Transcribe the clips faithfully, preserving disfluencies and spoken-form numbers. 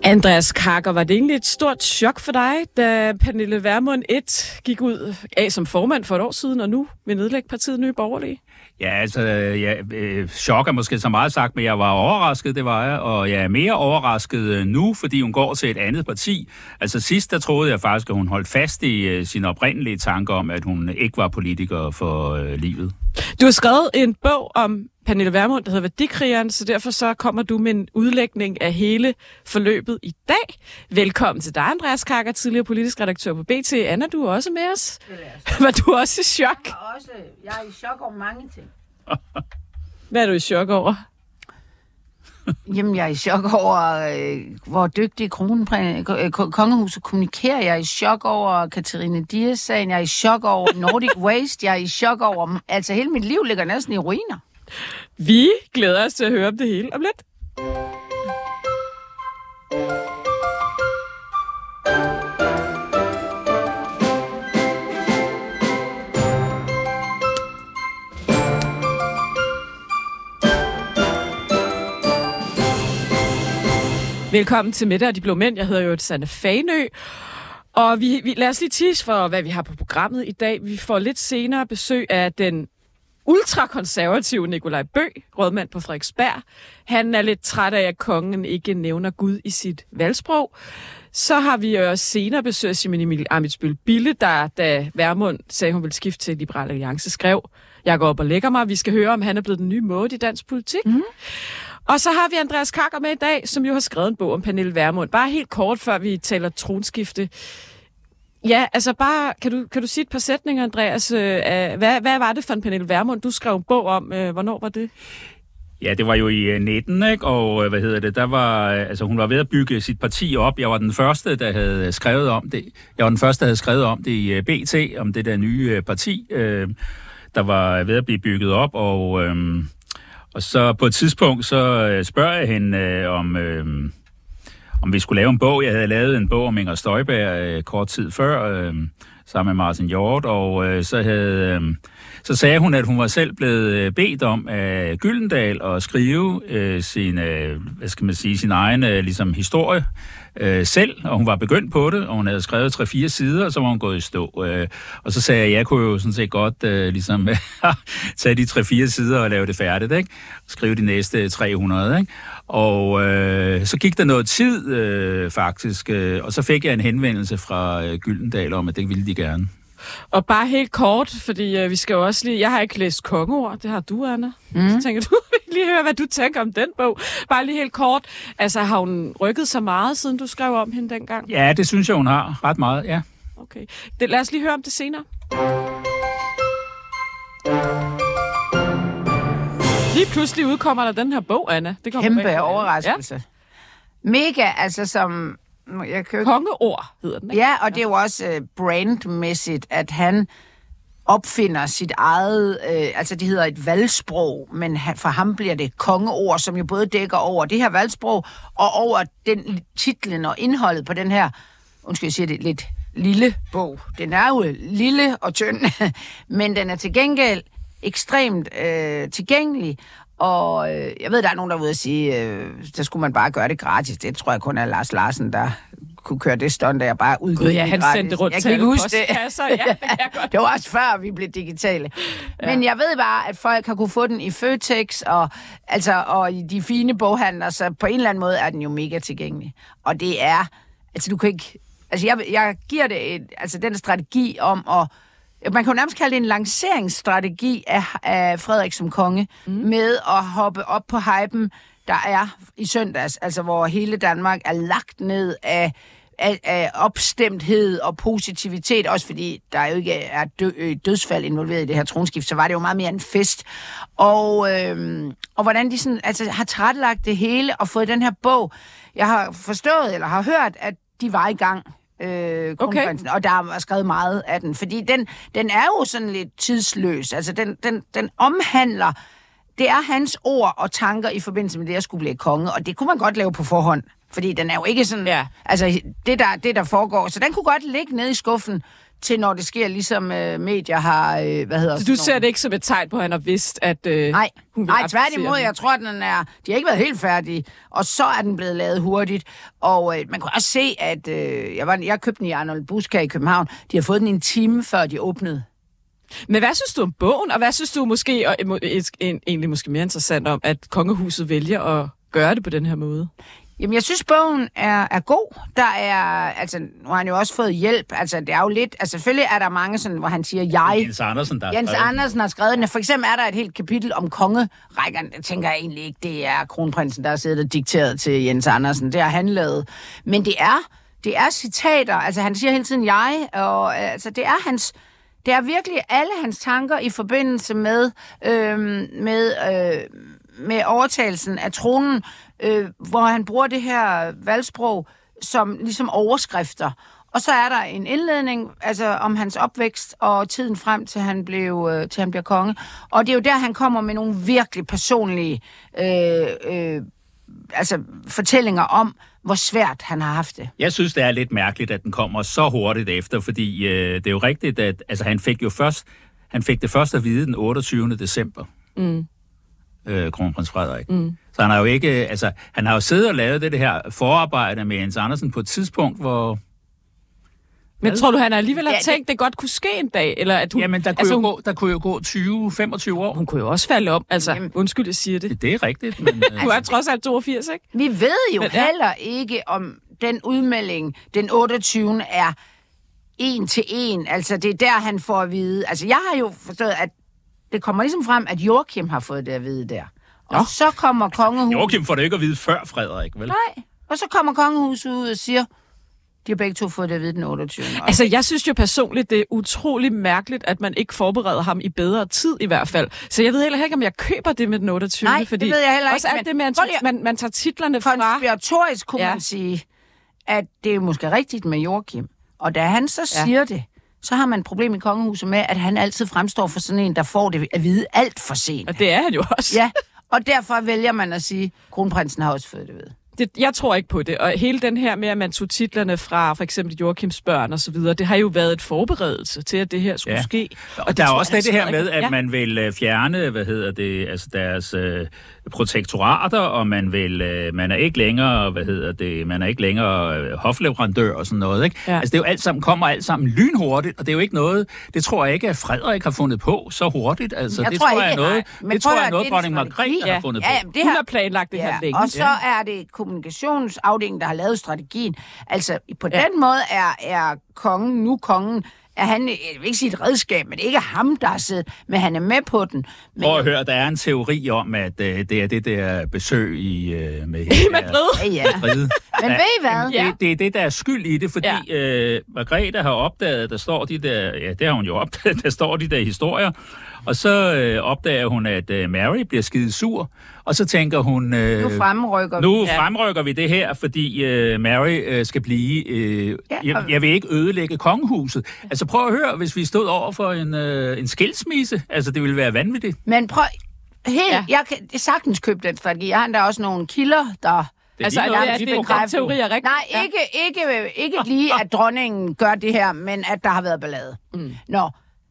Andreas Karker, var det egentlig et stort chok for dig, da Pernille Vermund et gik ud af som formand for et år siden, og nu vil nedlægge partiet Nye Borgerlige? Ja, altså, ja, øh, chok er måske så meget sagt, men jeg var overrasket, det var jeg, og jeg er mere overrasket nu, fordi hun går til et andet parti. Altså sidst, der troede jeg faktisk, at hun holdt fast i øh, sine oprindelige tanker om, at hun ikke var politiker for øh, livet. Du har skrevet en bog om Pernille Vermund, der hedder Værdikrigeren, så derfor så kommer du med en udlægning af hele forløbet i dag. Velkommen til dig, Andreas Karker, tidligere politisk redaktør på B T. Anna, du er også med os. Var du også i chok? Jeg er, også, jeg er i chok over mange ting. Hvad er du i chok over? Jamen, jeg er i chok over, øh, hvor dygtig kronprins, øh, kongehuset kommunikerer. Jeg er i chok over Katarina Dias-sagen. Jeg er i chok over Nordic Waste. Jeg er i chok over... Altså, hele mit liv ligger næsten i ruiner. Vi glæder os til at høre om det hele om lidt. Velkommen til Middag og de Blå Mænd. Jeg hedder jo Sanne Fanø. Og vi, vi, lad os lige tease for, hvad vi har på programmet i dag. Vi får lidt senere besøg af den ultrakonservative Nikolaj Bø, rådmand på Frederiksberg. Han er lidt træt af, at kongen ikke nævner Gud i sit valgsprog. Så har vi også senere besøg af Simon Emil Ammitzbøll-Bille, der, da Vermund sagde, hun ville skifte til Liberal Alliance, skrev, jeg går op og lægger mig. Vi skal høre, om han er blevet den nye måde i dansk politik. Mm. Og så har vi Andreas Karker med i dag, som jo har skrevet en bog om Pernille Vermund. Bare helt kort, før vi taler tronskifte. Ja, altså bare, kan du, kan du sige et par sætninger, Andreas? Hvad, hvad var det for en Pernille Vermund, du skrev en bog om? Hvornår var det? Ja, det var jo i nitten, ikke? Og hvad hedder det, der var, altså hun var ved at bygge sit parti op. Jeg var den første, der havde skrevet om det. Jeg var den første, der havde skrevet om det i B T, om det der nye parti, der var ved at blive bygget op, og... Og så på et tidspunkt, så spørger jeg hende øh, om, øh, om vi skulle lave en bog. Jeg havde lavet en bog om Inger Støjberg øh, kort tid før, øh, sammen med Martin Hjort, og øh, så, havde, øh, så sagde hun, at hun var selv blevet bedt om af Gyldendal at skrive øh, sin, øh, hvad skal man sige, sin egen øh, ligesom, historie øh, selv, og hun var begyndt på det, og hun havde skrevet tre-fire sider, og så var hun gået i stå. Øh, og så sagde jeg, at jeg kunne jo sådan set godt øh, ligesom, tage de tre-fire sider og lave det færdigt, ikke? Skrive de næste tre hundrede, ikke? Og øh, så gik der noget tid øh, faktisk, øh, og så fik jeg en henvendelse fra øh, Gyldendal om, at det ville de gerne. Og bare helt kort, fordi øh, vi skal jo også lige... Jeg har ikke læst kongeord, det har du, Anna. Mm. Så tænker du lige høre, hvad du tænker om den bog. Bare lige helt kort. Altså, har hun rykket så meget, siden du skrev om hende dengang? Ja, det synes jeg, hun har. Ret meget, ja. Okay. Det, lad os lige høre om det senere. Lige pludselig udkommer der den her bog, Anna. Det Kæmpe bag. Overraskelse. Ja. Mega, altså som... Jeg kan... Kongeord hedder den, ikke? Ja, og det er jo også uh, brandmæssigt, at han opfinder sit eget, øh, altså det hedder et valgsprog, men for ham bliver det kongeord, som jo både dækker over det her valgsprog, og over den titlen og indholdet på den her, undskyld, jeg siger det, lidt lille bog. Den er jo lille og tynd, men den er til gengæld ekstremt øh, tilgængelig, og øh, jeg ved, der er nogen, der er ude at sige, øh, der skulle man bare gøre det gratis. Det tror jeg kun er Lars Larsen, der kunne køre det stunt, der jeg bare udgivet ja, han gratis. Sendte rundt jeg kan ikke huske det. Ja, det kan jeg godt. Det var også før, vi blev digitale. Ja. Men jeg ved bare, at folk har kunne få den i Føtex og, altså, og i de fine boghandler, så på en eller anden måde er den jo mega tilgængelig. Og det er, altså du kan ikke, altså jeg, jeg giver det, et, altså den strategi om at, man kan jo nærmest kalde det en lanceringsstrategi af, af Frederik som konge, mm. med at hoppe op på hypen, der er i søndags, altså hvor hele Danmark er lagt ned af, af, af opstemthed og positivitet, også fordi der jo ikke er dø, dødsfald involveret i det her tronskift, så var det jo meget mere en fest. Og, øhm, og hvordan de sådan, altså, har tilrettelagt det hele og fået den her bog. Jeg har forstået, eller har hørt, at de var i gang. Øh, okay. Og der er skrevet meget af den, fordi den, den er jo sådan lidt tidsløs, altså den, den, den omhandler, det er hans ord og tanker i forbindelse med det at skulle blive konge, og det kunne man godt lave på forhånd, fordi den er jo ikke sådan, ja. altså det der, det der foregår, så den kunne godt ligge nede i skuffen til når det sker, ligesom øh, medier har, øh, hvad hedder Så du ser nogle... det ikke som et tegn på, at han har vidst, at øh, Nej, hun vil Nej tværtimod, jeg tror, at den er, de har ikke været helt færdige, og så er den blevet lavet hurtigt. Og øh, man kan også se, at øh, jeg, var, jeg købte den i Arnold Buska i København. De har fået den en time, før de åbnede. Men hvad synes du om bogen, og hvad synes du måske, og egentlig måske mere interessant om, at kongehuset vælger at gøre det på den her måde? Jamen, jeg synes, bogen er, er god. Der er, altså, nu har han jo også fået hjælp. Altså, det er jo lidt, altså, selvfølgelig er der mange sådan, hvor han siger, jeg... Jens Andersen, der Jens Andersen har skrevet den. For eksempel er der et helt kapitel om kongerækkerne. Jeg tænker egentlig ikke, det er kronprinsen, der har siddet og dikteret til Jens Andersen. Det har han lavet. Men det er, det er citater. Altså, han siger hele tiden jeg, og altså, det er hans... Det er virkelig alle hans tanker i forbindelse med, øh, med, øh, med overtagelsen af tronen, øh, hvor han bruger det her valgsprog som ligesom overskrifter. Og så er der en indledning altså om hans opvækst og tiden frem til han blev øh, til han bliver konge. Og det er jo der, han kommer med nogle virkelig personlige øh, øh, altså fortællinger om, hvor svært han har haft det. Jeg synes, det er lidt mærkeligt, at den kommer så hurtigt efter, fordi øh, det er jo rigtigt, at altså, han fik jo først, han fik det først at vide den otteogtyvende december, mm. øh, kronprins Frederik. Mm. Så han har jo ikke, altså, han har jo siddet og lavet det, det her forarbejde med Jens Andersen på et tidspunkt, hvor... Men hvad? Tror du, han alligevel har ja, tænkt, det... det godt kunne ske en dag? Eller at hun, Jamen, der kunne, altså, jo hun... gå, der kunne jo gå tyve til femogtyve år. Hun kunne jo også falde om. Altså, Jamen. undskyld, jeg siger det. Det, det er rigtigt, men... Du er trods alt toogfirs, ikke? Vi ved jo men, ja. heller ikke, om den udmelding, den otteogtyvende er en til en. Altså, det er der, han får at vide. Altså, jeg har jo forstået, at det kommer ligesom frem, at Joachim har fået det at vide der. Og ja. så kommer kongehuset... Joachim får det ikke at vide før Frederik, vel? Nej, og så kommer kongehuset ud og siger... De har begge to fået det at vide den otteogtyvende Altså, jeg synes jo personligt, det er utrolig mærkeligt, at man ikke forbereder ham i bedre tid i hvert fald. Så jeg ved heller ikke, om jeg køber det med den otteogtyvende Nej, fordi det ved jeg heller ikke. Også alt det med, at man, man tager titlerne fra... Konspiratorisk kunne ja. man sige, at det er måske rigtigt med Joachim. Og da han så ja. siger det, så har man et problem i kongehuset med, at han altid fremstår for sådan en, der får det at vide alt for sent. Og det er han jo også. Ja, og derfor vælger man at sige, at kronprinsen har også fået det ved. Det, jeg tror ikke på det, og hele den her med, at man tog titlerne fra for eksempel Joachims børn og så videre, det har jo været et forberedelse til, at det her skulle ja. ske. Og, og der er også det, det her med, at ja. man vil fjerne, hvad hedder det, altså deres øh, protektorater, og man vil, øh, man er ikke længere, hvad hedder det, man er ikke længere øh, hofleverandør og sådan noget, ikke? Ja. Altså det er jo alt sammen, kommer alt sammen lynhurtigt, og det er jo ikke noget, det tror jeg ikke, at Frederik har fundet på så hurtigt, altså jeg det tror tror jeg ikke, er noget, nej. det tror jeg er noget, det dronning Margrethe ja. har fundet ja, på. Det Hun har planlagt det ja. her længe. Og så ja. er det kommunikationsafdelingen, der har lavet strategien. Altså, på ja. den måde er, er kongen, nu kongen, er han, jeg vil ikke sige et redskab, men det er ikke ham, der har siddet, men han er med på den. Men... Prøv at høre, der er en teori om, at uh, det er det der besøg i, uh, med Madrid. Ja, ja. Men ved I hvad? Ja. Det, det er det, der er skyld i det, fordi ja. uh, Margrethe har opdaget, der står de der, ja, det har hun jo opdaget, der står de der historier, og så øh, opdager hun, at øh, Mary bliver skide sur, og så tænker hun... Øh, nu fremrykker nu vi. Nu fremrykker vi det her, fordi øh, Mary øh, skal blive... Øh, ja, jeg, jeg vil ikke ødelægge kongehuset. Altså prøv at høre, hvis vi stod over for en, øh, en skilsmisse, altså det ville være vanvittigt. Men prøv... Helt, ja. Jeg kan sagtens købe den strategi. Jeg har der også nogle kilder, der... Det altså, er, det, er, det er en teori, er rigtigt. Nej, ja. ikke, ikke, ikke lige, at dronningen gør det her, men at der har været ballade. Mm. Nå,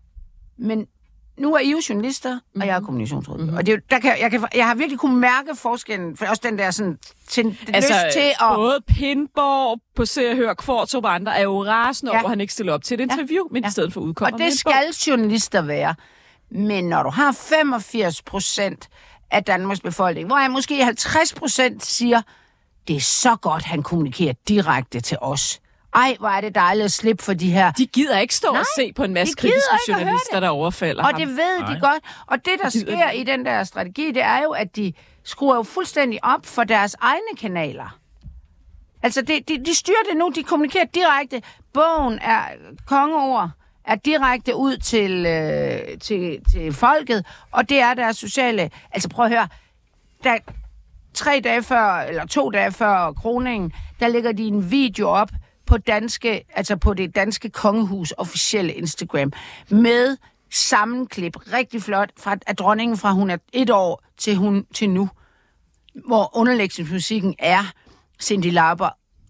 men... Nu er I jo journalister, mm-hmm. og jeg er kommunikationsråd. Mm-hmm. Og det, der kan, jeg, kan, jeg har virkelig kunne mærke forskellen, for også den der sådan, til, altså, lyst til at... både Pindborg på Se og Hør, Kvartrup og andre er jo rasende ja. over, at han ikke stiller op til et interview, ja. men ja. i stedet for udkommer. Og det skal journalister være. Men når du har femogfirs procent af Danmarks befolkning, hvor jeg måske halvtreds procent siger, det er så godt, han kommunikerer direkte til os. Ej, hvor er det dejligt at slippe for de her... De gider ikke stå Nej, og se på en masse kritiske journalister, der overfalder og ham. Og det ved Nej. de godt. Og det, der de sker i den der strategi, det er jo, at de skruer jo fuldstændig op for deres egne kanaler. Altså, de, de, de styrer det nu. De kommunikerer direkte. Bogen er kongeord, er direkte ud til, øh, til, til folket, og det er deres sociale... Altså, prøv at høre. Der, tre dage før, eller to dage før kroningen, der lægger de en video op på danske, altså på det danske kongehus officielle Instagram, med sammenklip, rigtig flot, fra, af dronningen fra hun er et år til hun til nu, hvor underlægningsmusikken er Cyndi Lauper,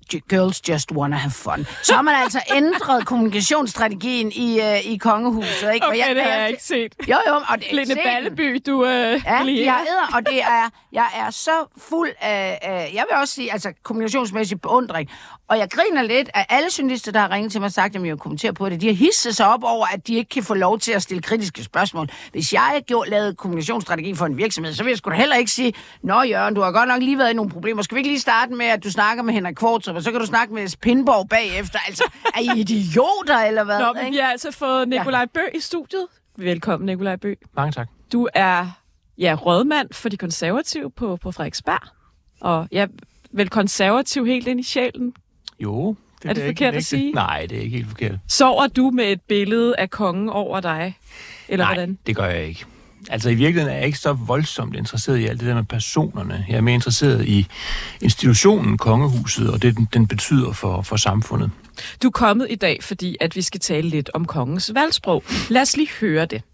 girls just wanna have fun. Så har man altså ændret kommunikationsstrategien i, uh, i kongehuset. Ikke? Okay, jeg, det har jeg, jeg ikke set. Jo, jo. Og det, Lene Balleby, du uh, ja, lige de har æder, og det er, jeg er så fuld af, af, jeg vil også sige, altså kommunikationsmæssig beundring. Og jeg griner lidt af alle journalister, der har ringet til mig og sagt, at jeg vil kommentere på det. De har hisset sig op over, at de ikke kan få lov til at stille kritiske spørgsmål. Hvis jeg gjorde lavet kommunikationsstrategi for en virksomhed, så vil jeg sgu da heller ikke sige, nå Jørgen, du har godt nok lige været i nogle problemer. Skal vi ikke lige starte med, at du snakker med Henrik Kvartrup, og så kan du snakke med Pindborg bagefter? Altså, er I idioter, eller hvad? Nå, men vi har altså fået Nikolaj ja. Bø i studiet. Velkommen, Nikolaj Bø. Mange tak. Du er ja, rådmand for de konservative på, på Frederiksberg. Og ja, vel konservativ helt ind i sjælen. Jo. Det er det forkert at sige? Nej, det er ikke helt forkert. Sover du med et billede af kongen over dig? Eller Nej, hvordan? det gør jeg ikke. Altså i virkeligheden er jeg ikke så voldsomt interesseret i alt det der med personerne. Jeg er mere interesseret i institutionen, kongehuset, og det, den betyder for, for samfundet. Du er kommet i dag, fordi at vi skal tale lidt om kongens valgsprog. Lad os lige høre det.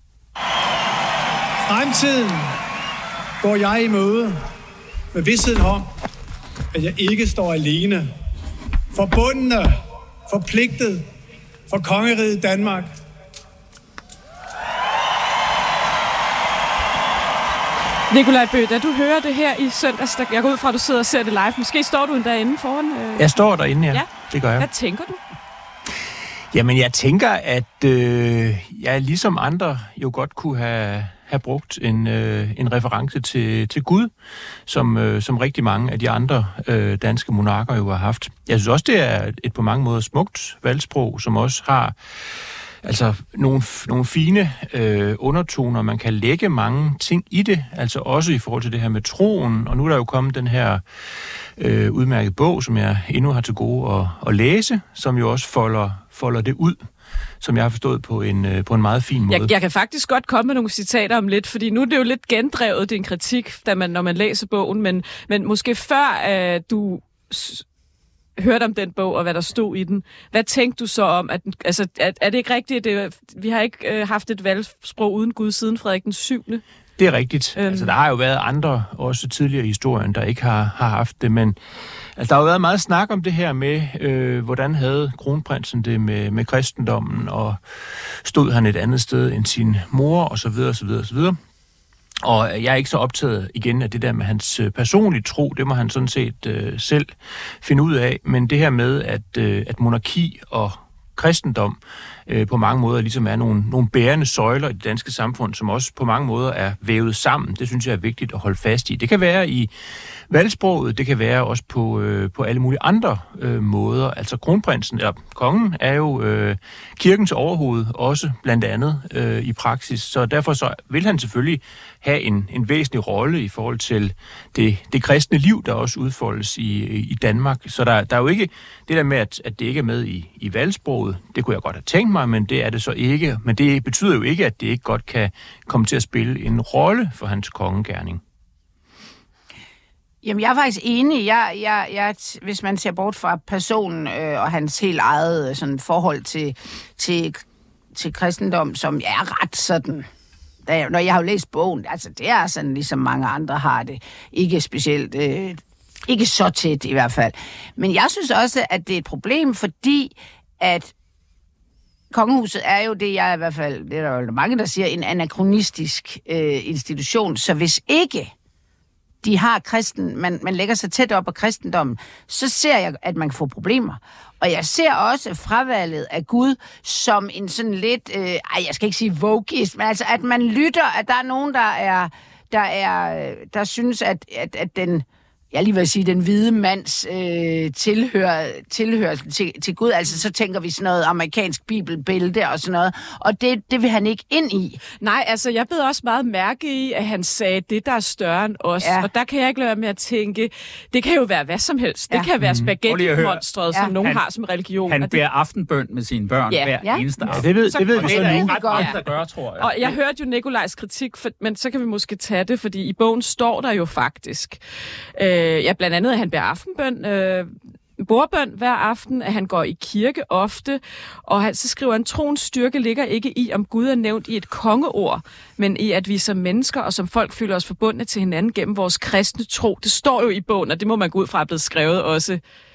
Fremtiden går jeg i møde med vidstheden om, at jeg ikke står alene. Forbundne, forpligtet for kongeriget Danmark. Nikolaj Bø, da du hører det her i søndags, jeg går ud fra, at du sidder og ser det live. Måske står du endda inde foran... Øh... Jeg står derinde, ja. ja. Det gør jeg. Hvad tænker du? Jamen, jeg tænker, at øh, jeg ligesom andre jo godt kunne have, have brugt en, øh, en reference til, til Gud, som, øh, som rigtig mange af de andre øh, danske monarker jo har haft. Jeg synes også, det er et på mange måder smukt valgsprog, som også har altså nogle, nogle fine øh, undertoner. Man kan lægge mange ting i det, altså også i forhold til det her med troen. Og nu er der jo kommet den her øh, udmærkede bog, som jeg endnu har til gode at, at læse, som jo også folder, folder det ud, som jeg har forstået på en, øh, på en meget fin måde. Jeg, jeg kan faktisk godt komme med nogle citater om lidt, fordi nu er det jo lidt gendrevet, din kritik, da man, når man læser bogen, men, men måske før øh, du s- hørte om den bog, og hvad der stod i den, hvad tænkte du så om, at, altså, er, er det ikke rigtigt, det, vi har ikke øh, haft et valgsprog uden Gud siden Frederik den syvende? Det er rigtigt. Øhm. Altså, der har jo været andre, også tidligere i historien, der ikke har, har haft det, men altså, der har jo været meget snak om det her med, øh, hvordan havde kronprinsen det med, med kristendommen, og stod han et andet sted end sin mor, og så videre, og så videre, og så videre. Og jeg er ikke så optaget igen af det der med hans personlige tro, det må han sådan set øh, selv finde ud af, men det her med, at, øh, at monarki og kristendom øh, på mange måder ligesom er nogle, nogle bærende søjler i det danske samfund, som også på mange måder er vævet sammen. Det synes jeg er vigtigt at holde fast i. Det kan være i valgsproget, det kan være også på, øh, på alle mulige andre øh, måder. Altså kronprinsen, eller kongen, er jo øh, kirkens overhoved, også blandt andet øh, i praksis. Så derfor så vil han selvfølgelig have en, en væsentlig rolle i forhold til det, det kristne liv, der også udfoldes i, i Danmark. Så der, der er jo ikke det der med, at, at det ikke er med i, i valgsproget. Det kunne jeg godt have tænkt mig, men det er det så ikke. Men det betyder jo ikke, at det ikke godt kan komme til at spille en rolle for hans kongegerning. Jamen, jeg er faktisk enig. Jeg, jeg, jeg, hvis man ser bort fra personen øh, og hans helt eget sådan, forhold til, til, til kristendom, som jeg er ret sådan... Da, når jeg har jo læst bogen, altså det er sådan, ligesom mange andre har det. Ikke specielt... Øh, ikke så tæt i hvert fald. Men jeg synes også, at det er et problem, fordi at kongehuset er jo det, jeg i hvert fald... Det er der jo mange, der siger, en anakronistisk øh, institution. Så hvis ikke... de har kristen, man, man lægger sig tæt op af kristendommen, så ser jeg, at man kan få problemer. Og jeg ser også fravalget af Gud som en sådan lidt, øh, ej, jeg skal ikke sige vogist, men altså, at man lytter, at der er nogen, der er, der er, der synes, at, at, at den, jeg lige vil sige, den hvide mands øh, tilhør, tilhørsel til, til Gud, altså så tænker vi sådan noget amerikansk bibelbælte og sådan noget, og det, det vil han ikke ind i. Nej, altså jeg bed også meget mærke i, at han sagde, det der er større end os, ja. Og der kan jeg ikke lade være med at tænke, det kan jo være hvad som helst. Det ja. kan være spaghetti-monstret, som ja. nogen han, har som religion. Han beder aftenbøn med sine børn ja. hver ja. eneste aften. Ja, det ved, det ved vi så nu. Det er ikke ret mange, der gør, tror jeg. Og jeg hørte jo Nikolajs kritik, for, men så kan vi måske tage det, fordi i bogen står der jo faktisk, øh, ja, blandt andet, at han beder aftenbøn, øh, bordbøn hver aften, at han går i kirke ofte, og han, så skriver han, troens styrke ligger ikke i, om Gud er nævnt i et kongeord, men i, at vi som mennesker og som folk føler os forbundne til hinanden gennem vores kristne tro. Det står jo i bogen, og det må man gå ud fra er blevet skrevet også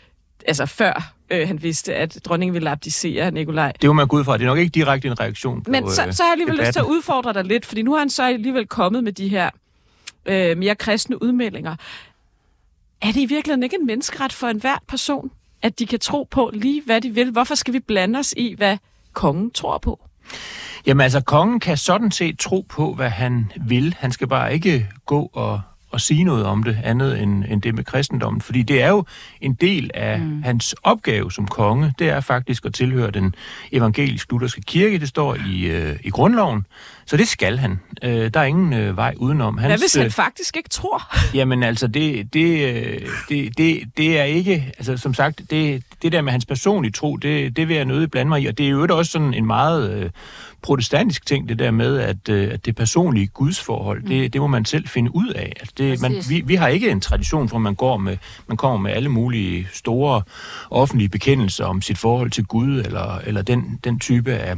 altså før øh, han vidste, at dronningen ville abdicere, Nikolaj. Det må man gå ud fra. Det er nok ikke direkte en reaktion på Men så, så har jeg alligevel debatten. lyst til at udfordre dig lidt, fordi nu har han så alligevel kommet med de her øh, mere kristne udmeldinger. Er det i virkeligheden ikke en menneskeret for enhver person, at de kan tro på lige, hvad de vil? Hvorfor skal vi blande os i, hvad kongen tror på? Jamen altså, kongen kan sådan set tro på, hvad han vil. Han skal bare ikke gå og, og sige noget om det, andet end, end det med kristendommen. Fordi det er jo en del af mm. hans opgave som konge. Det er faktisk at tilhøre den evangelisk-lutherske kirke. Det står i, øh, i grundloven. Så det skal han. Øh, der er ingen øh, vej udenom. Hans, hvad hvis han øh, faktisk ikke tror? Jamen altså, det, det, det, det, det er ikke... Altså, som sagt, det, det der med hans personlige tro, det, det vil jeg nødig blande mig i. Og det er jo også sådan en meget øh, protestantisk ting, det der med, at, øh, at det personlige gudsforhold, mm. det, det må man selv finde ud af. Altså, det, man, vi, vi har ikke en tradition, hvor man går med, man kommer med alle mulige store offentlige bekendelser om sit forhold til Gud, eller, eller den, den type af...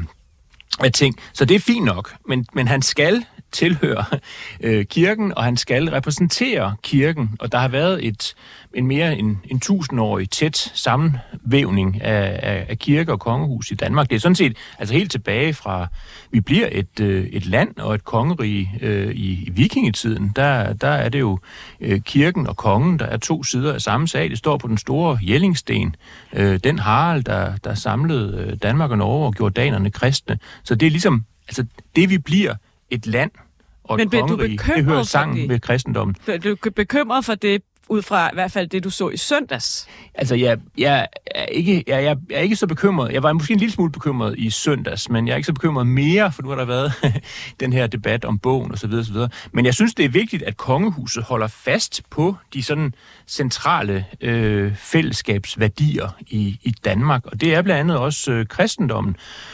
af ting. Så det er fint nok, men, men han skal tilhøre øh, kirken, og han skal repræsentere kirken, og der har været et, en mere end en tusindårig tæt sammenvævning af, af, af kirke og kongehus i Danmark. Det er sådan set altså helt tilbage fra, vi bliver et, øh, et land og et kongerige øh, i, i vikingetiden. Der, der er det jo øh, kirken og kongen, der er to sider af samme sag. Det står på den store Jellingsten. Øh, den Harald, der, der samlede øh, Danmark og Norge og gjorde danerne kristne. Så det er ligesom, altså det vi bliver et land og et Men kongerige, det hører sammen med kristendommen. Er du bekymret for det, ud fra i hvert fald det, du så i søndags? Altså, jeg, jeg, er ikke, jeg, jeg er ikke så bekymret. Jeg var måske en lille smule bekymret i søndags, men jeg er ikke så bekymret mere, for nu har der været den her debat om bogen osv. osv. Men jeg synes, det er vigtigt, at kongehuset holder fast på de sådan centrale øh, fællesskabsværdier i, i Danmark, og det er blandt andet også øh, kristendommen.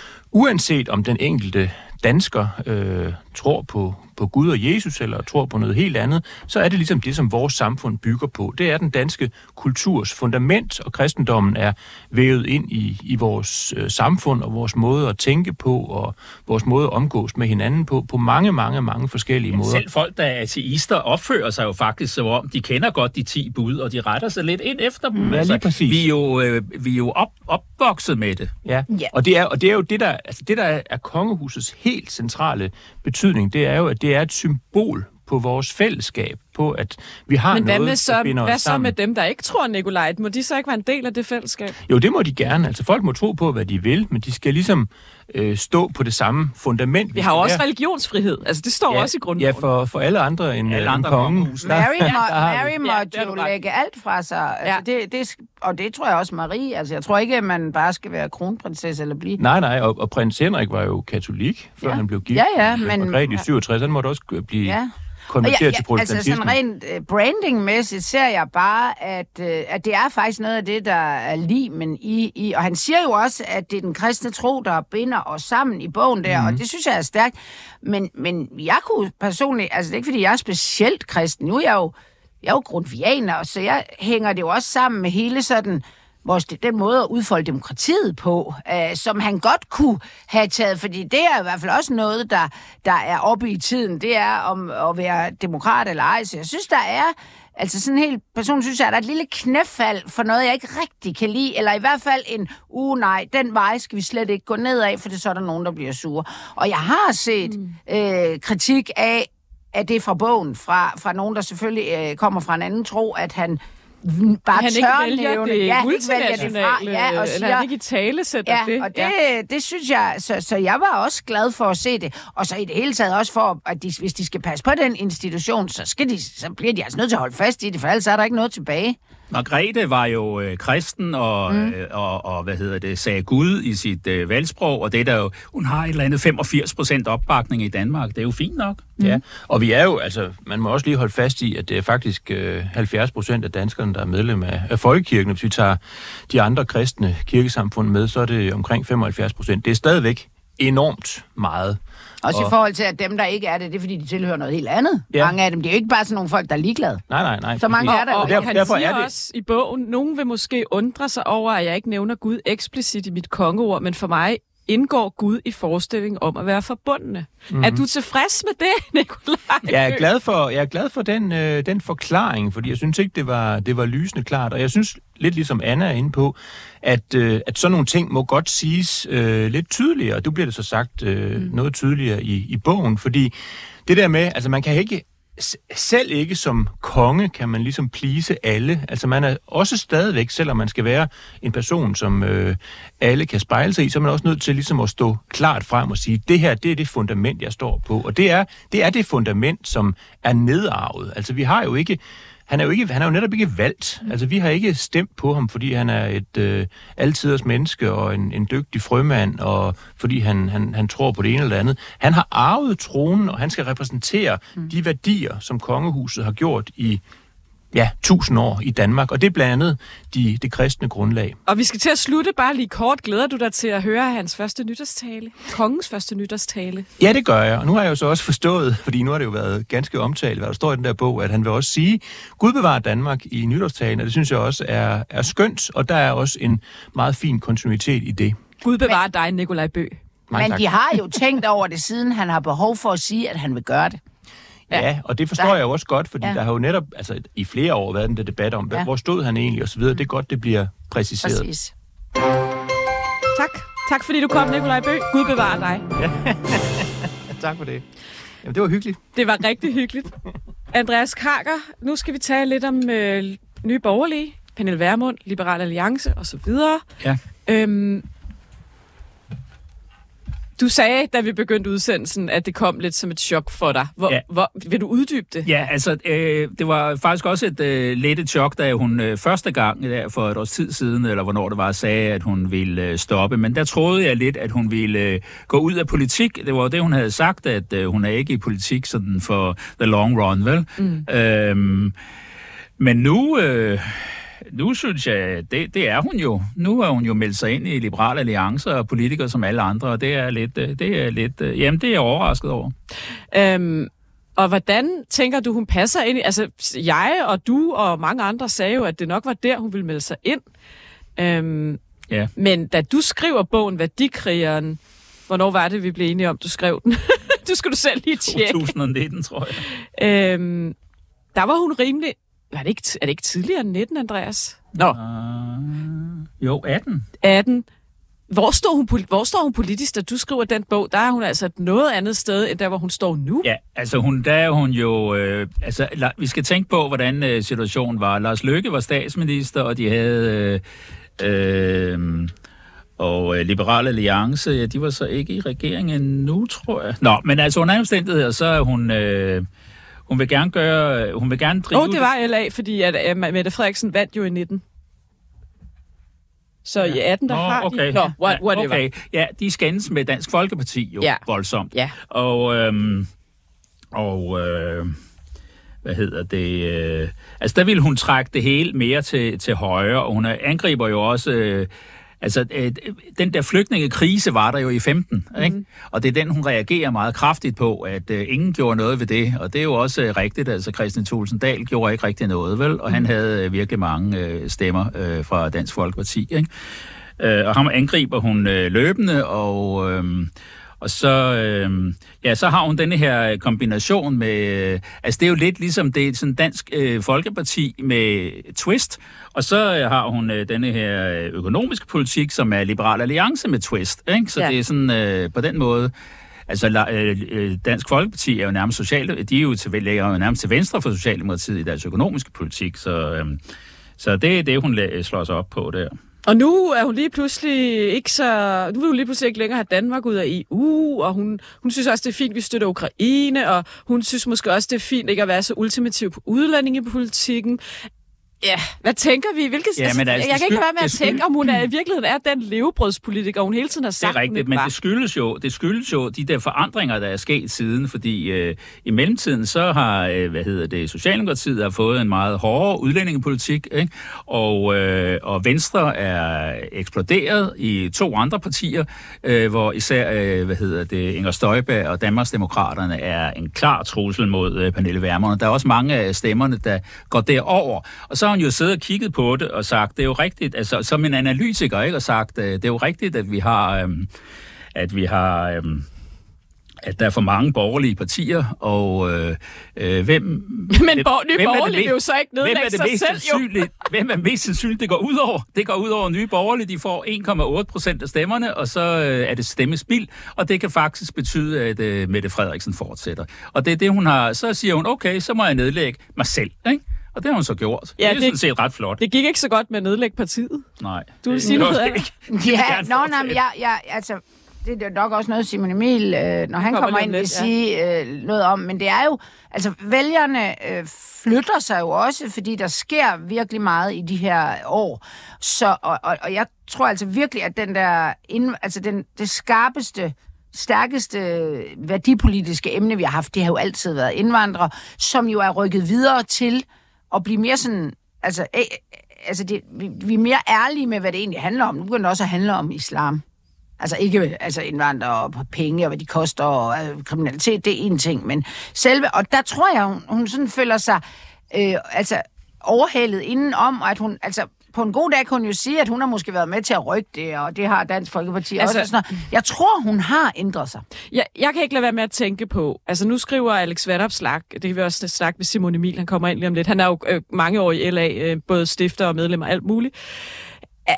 Uanset om den enkelte dansker øh, tror på, på Gud og Jesus, eller tror på noget helt andet, så er det ligesom det, som vores samfund bygger på. Det er den danske kulturs fundament, og kristendommen er vævet ind i, i vores øh, samfund, og vores måde at tænke på, og vores måde at omgås med hinanden på, på mange, mange, mange forskellige Men måder. Selv folk, der er ateister, opfører sig jo faktisk som om, de kender godt de ti bud, og de retter sig lidt ind efter dem. Ja, lige præcis. Vi er jo, øh, vi er jo op, opvokset med det. Ja, Ja. og det er, og det er jo det, der, altså det, der er kongehusets helt centrale betydning, det er jo, at det er et symbol på vores fællesskab, på at vi har Men hvad, noget, med så, der binder hvad os så sammen. med dem, der ikke tror, Nikolaj? Må de så ikke være en del af det fællesskab? Jo, det må de gerne. Altså folk må tro på, hvad de vil, men de skal ligesom øh, stå på det samme fundament. Vi har jo også være. religionsfrihed. Altså, det står ja, også i grundloven. Ja, for, for alle andre end, Alle øh, andre end kongen. kongehus. Der- Mary, må, der har vi- Mary Ja, måtte det har du jo ret. lægge alt fra sig. Altså, Ja. det, det, og det tror jeg også Marie. Altså, jeg tror ikke, at man bare skal være kronprinsesse eller blive. Nej, nej, og, og prins Henrik var jo katolik, før Ja. han blev gift. Ja, ja, med men- Margrethe i syvogtres, han måtte også blive Ja. konverteret Og til altså protestantismen. sådan rent uh, brandingmæssigt ser jeg bare, at, uh, at det er faktisk noget af det, der er limen i, i. Og han siger jo også, at det er den kristne tro, der binder os sammen i bogen der, mm. og det synes jeg er stærkt. Men, men jeg kunne personligt, altså det er ikke fordi, jeg er specielt kristen. Nu er jeg jo, jeg er jo grundvianer, så jeg hænger det jo også sammen med hele sådan vores, den måde at udfolde demokratiet på, øh, som han godt kunne have taget, fordi det er i hvert fald også noget, der, der er oppe i tiden. Det er om at være demokrat eller ej. Så jeg synes, der er, altså sådan helt personligt synes jeg, at der er et lille knæfald for noget, jeg ikke rigtig kan lide, eller i hvert fald en, uh nej, den vej skal vi slet ikke gå ned af, for det så er der nogen, der bliver sure. Og jeg har set mm. øh, kritik af, at det er fra bogen, fra, fra nogen, der selvfølgelig øh, kommer fra en anden tro, at han bare han ikke vælger nævne, det ja, multinationale, ja, og eller han ikke i tale sætter ja, det. og det, ja. det synes jeg, så, så jeg var også glad for at se det. Og så i det hele taget også for, at de, hvis de skal passe på den institution, så, skal de, så bliver de altså nødt til at holde fast i det, for ellers er der ikke noget tilbage. Margrethe var jo øh, kristen og, mm. øh, og, og, hvad hedder det, sagde Gud i sit øh, valgsprog, og det er der jo, hun har et eller andet femogfirs procent opbakning i Danmark. Det er jo fint nok. Mm. Ja, og vi er jo, altså, man må også lige holde fast i, at det er faktisk øh, halvfjerds procent af danskerne, der er medlem af, af folkekirken. Hvis vi tager de andre kristne kirkesamfund med, så er det omkring femoghalvfjerds procent. Det er stadigvæk enormt meget. Også og, i forhold til, at dem, der ikke er det, det er, fordi de tilhører noget helt andet. Ja. Ja. Mange af dem, det er jo ikke bare sådan nogle folk, der er ligeglade. Nej, nej, nej. Så mange præcis. er der jo Og, og ikke. og han derfor siger er det- også i bogen, nogen vil måske undre sig over, at jeg ikke nævner Gud eksplicit i mit kongeord, men for mig indgår Gud i forestillingen om at være forbundne. Mm-hmm. Er du tilfreds med det, Nikolaj? Jeg er glad for, jeg er glad for den, øh, den forklaring, fordi jeg synes ikke, det var, det var lysende klart. Og jeg synes, lidt ligesom Anna er inde på, at, øh, at sådan nogle ting må godt siges øh, lidt tydeligere. Du bliver det så sagt øh, mm. noget tydeligere i, i bogen, fordi det der med, altså man kan ikke selv ikke som konge kan man ligesom please alle. Altså man er også stadigvæk, selvom man skal være en person, som øh, alle kan spejle sig i, så er man også nødt til ligesom at stå klart frem og sige, det her, det er det fundament, jeg står på. Og det er det, er det fundament, som er nedarvet. Altså vi har jo ikke Han er, jo ikke, han er jo netop ikke valgt. Altså, vi har ikke stemt på ham, fordi han er et øh, altiders menneske og en, en dygtig frømand, og fordi han, han, han tror på det ene eller det andet. Han har arvet tronen, og han skal repræsentere mm. de værdier, som kongehuset har gjort i ja, tusind år i Danmark, og det er blandt andet de, det kristne grundlag. Og vi skal til at slutte bare lige kort. Glæder du dig til at høre hans første nytårstale? Kongens første nytårstale? Ja, det gør jeg, og nu har jeg jo så også forstået, fordi nu har det jo været ganske omtalt, hvad der står i den der bog, at han vil også sige, Gud bevarer Danmark i nytårstalen, og det synes jeg også er, er skønt, og der er også en meget fin kontinuitet i det. Gud bevarer dig, Nikolaj Bøgh. Men de har jo tænkt over det, siden han har behov for at sige, at han vil gøre det. Ja, ja, og det forstår der, jeg jo også godt, fordi ja. der har jo netop altså, i flere år været den der debat om, ja. hvor stod han egentlig, og så videre. Det er godt, det bliver præciseret. Præcis. Tak. Tak fordi du kom, Nikolaj Bøgh. Gud bevarer dig. Ja. Tak for det. Jamen, det var hyggeligt. Det var rigtig hyggeligt. Andreas Karker, nu skal vi tale lidt om øh, Nye Borgerlige, Pernille Vermund, Liberal Alliance osv. Ja. Øhm, Du sagde, da vi begyndte udsendelsen, at det kom lidt som et chok for dig. Hvor, ja. hvor, vil du uddybe det? Ja, altså, øh, det var faktisk også et øh, lidt et chok, da hun øh, første gang der for et års tid siden, eller hvornår det var, sagde, at hun ville øh, stoppe. Men der troede jeg lidt, at hun ville øh, gå ud af politik. Det var det, hun havde sagt, at øh, hun er ikke i politik sådan for the long run, vel? Mm. Øhm, men nu... Øh, Nu synes jeg, det, det er hun jo. Nu har hun jo meldt sig ind i Liberal Alliance og politikere som alle andre, og det er lidt, det er lidt, jamen det er jeg overrasket over. Øhm, og hvordan tænker du, hun passer ind i, altså jeg og du og mange andre sagde jo, at det nok var der, hun ville melde sig ind. Øhm, ja. Men da du skriver bogen Værdikrigeren, hvornår var det, vi blev enige om, du skrev den? Du skulle du selv lige tjekke. to tusind nitten, tror jeg. Øhm, der var hun rimelig... Er det, ikke, er det ikke tidligere end nitten, Andreas? Nå. Uh, jo, atten. atten. Hvor står, hun, hvor står hun politisk, da du skriver den bog? Der er hun altså et noget andet sted, end der, hvor hun står nu. Ja, altså hun, der er hun jo... Øh, altså, la, vi skal tænke på, hvordan øh, situationen var. Lars Løkke var statsminister, og de havde... Øh, øh, og øh, Liberal Alliance, ja, de var så ikke i regeringen nu, tror jeg. Nå, men altså under omstændigheder, så er hun... Øh, Hun vil gerne gøre, hun vil gerne drive... Åh, oh, det var L A, fordi at, at Mette Frederiksen vandt jo i nitten. Så ja. i atten, der Nå, har okay. de... Nå, what, whatever. Okay, ja, de skændes med Dansk Folkeparti jo ja. voldsomt. Ja. Og, øhm, og øh, hvad hedder det... Øh, altså, der ville hun trække det hele mere til, til højre, og hun angriber jo også... Øh, Altså, øh, den der flygtningekrise var der jo i femten, mm-hmm. ikke? Og det er den, hun reagerer meget kraftigt på, at øh, ingen gjorde noget ved det. Og det er jo også øh, rigtigt, altså Kristian Thulesen Dahl gjorde ikke rigtig noget, vel? Og mm-hmm. han havde øh, virkelig mange øh, stemmer øh, fra Dansk Folkeparti, ikke? Øh, og ham angriber hun øh, løbende, og... Øh, Og så, øh, ja, så har hun denne her kombination med... Øh, altså, det er jo lidt ligesom det er sådan Dansk øh, Folkeparti med twist. Og så øh, har hun øh, denne her økonomiske politik, som er Liberal Alliance med twist. Ikke? Så ja. det er sådan øh, på den måde... Altså, øh, Dansk Folkeparti er jo nærmest sociale... De er jo, til, er jo nærmest til venstre for Socialdemokratiet i deres økonomiske politik. Så, øh, så det er det, hun slår sig op på der. Og nu er hun lige pludselig ikke så... Nu vil hun lige pludselig ikke længere have Danmark ud af E U, og hun, hun synes også, det er fint, vi støtter Ukraine, og hun synes måske også, det er fint ikke at være så ultimativ på udlændingepolitikken. Ja, hvad tænker vi? Hvilke, ja, altså, altså, jeg kan ikke være med at skyld... tænke, om hun er, i virkeligheden er den levebrødspolitiker, hun hele tiden har sagt. Det er rigtigt, men det skyldes, jo, det skyldes jo de der forandringer, der er sket siden, fordi øh, i mellemtiden så har, øh, hvad hedder det, Socialdemokratiet har fået en meget hårdere udlændingepolitik, ikke? Og, øh, og Venstre er eksploderet i to andre partier, øh, hvor især, øh, hvad hedder det, Inger Støjberg og Danmarksdemokraterne er en klar trussel mod øh, Pernille Vermund. Der er også mange af stemmerne, der går derover, og så har hun jo siddet og kigget på det og sagt, det er jo rigtigt, altså som en analytiker, ikke, og sagt, det er jo rigtigt, at vi har, øhm, at vi har... Øh, at der er for mange borgerlige partier, og øh, øh, hvem... Men bor, nye hvem borgerlige vil jo så ikke nedlægge sig selv, jo. Hvem er mest sandsynligt, det går ud over? Det går ud over nye borgerlige, de får en komma otte procent af stemmerne, og så øh, er det stemmespild, og det kan faktisk betyde, at øh, Mette Frederiksen fortsætter. Og det er det, hun har... Så siger hun, okay, så må jeg nedlægge mig selv, ikke? Og det har hun så gjort. Ja, det er det, sådan set ret flot. Det gik ikke så godt med at nedlægge partiet. Nej. Du vil sige noget af det? Ja, nå, nej, men jeg, jeg, altså... Det er nok også noget, Simon Emil, øh, når han kommer, kommer ind, vil sige øh, noget om. Men det er jo, altså vælgerne øh, flytter sig jo også, fordi der sker virkelig meget i de her år. Så, og, og, og jeg tror altså virkelig, at den der, ind, altså den, det skarpeste, stærkeste værdipolitiske emne, vi har haft, det har jo altid været indvandrere, som jo er rykket videre til at blive mere sådan, altså, øh, altså det, vi, vi er mere ærlige med, hvad det egentlig handler om. Nu begynder det også at handle om islam. Altså ikke altså indvandrere og penge, og hvad de koster, og øh, kriminalitet, det er en ting, men selve, og der tror jeg, hun, hun sådan føler sig øh, altså overhalet indenom, og at hun, altså på en god dag kunne hun jo sige, at hun har måske været med til at rykke det, og det har Dansk Folkeparti altså, også. Sådan noget. Jeg tror, hun har ændret sig. Jeg, jeg kan ikke lade være med at tænke på, altså nu skriver Alex Vanopslagh, det kan vi også snakke med Simon Emil, han kommer ind lige om lidt, han er jo øh, mange år i L A, øh, både stifter og medlem og alt muligt. Æh,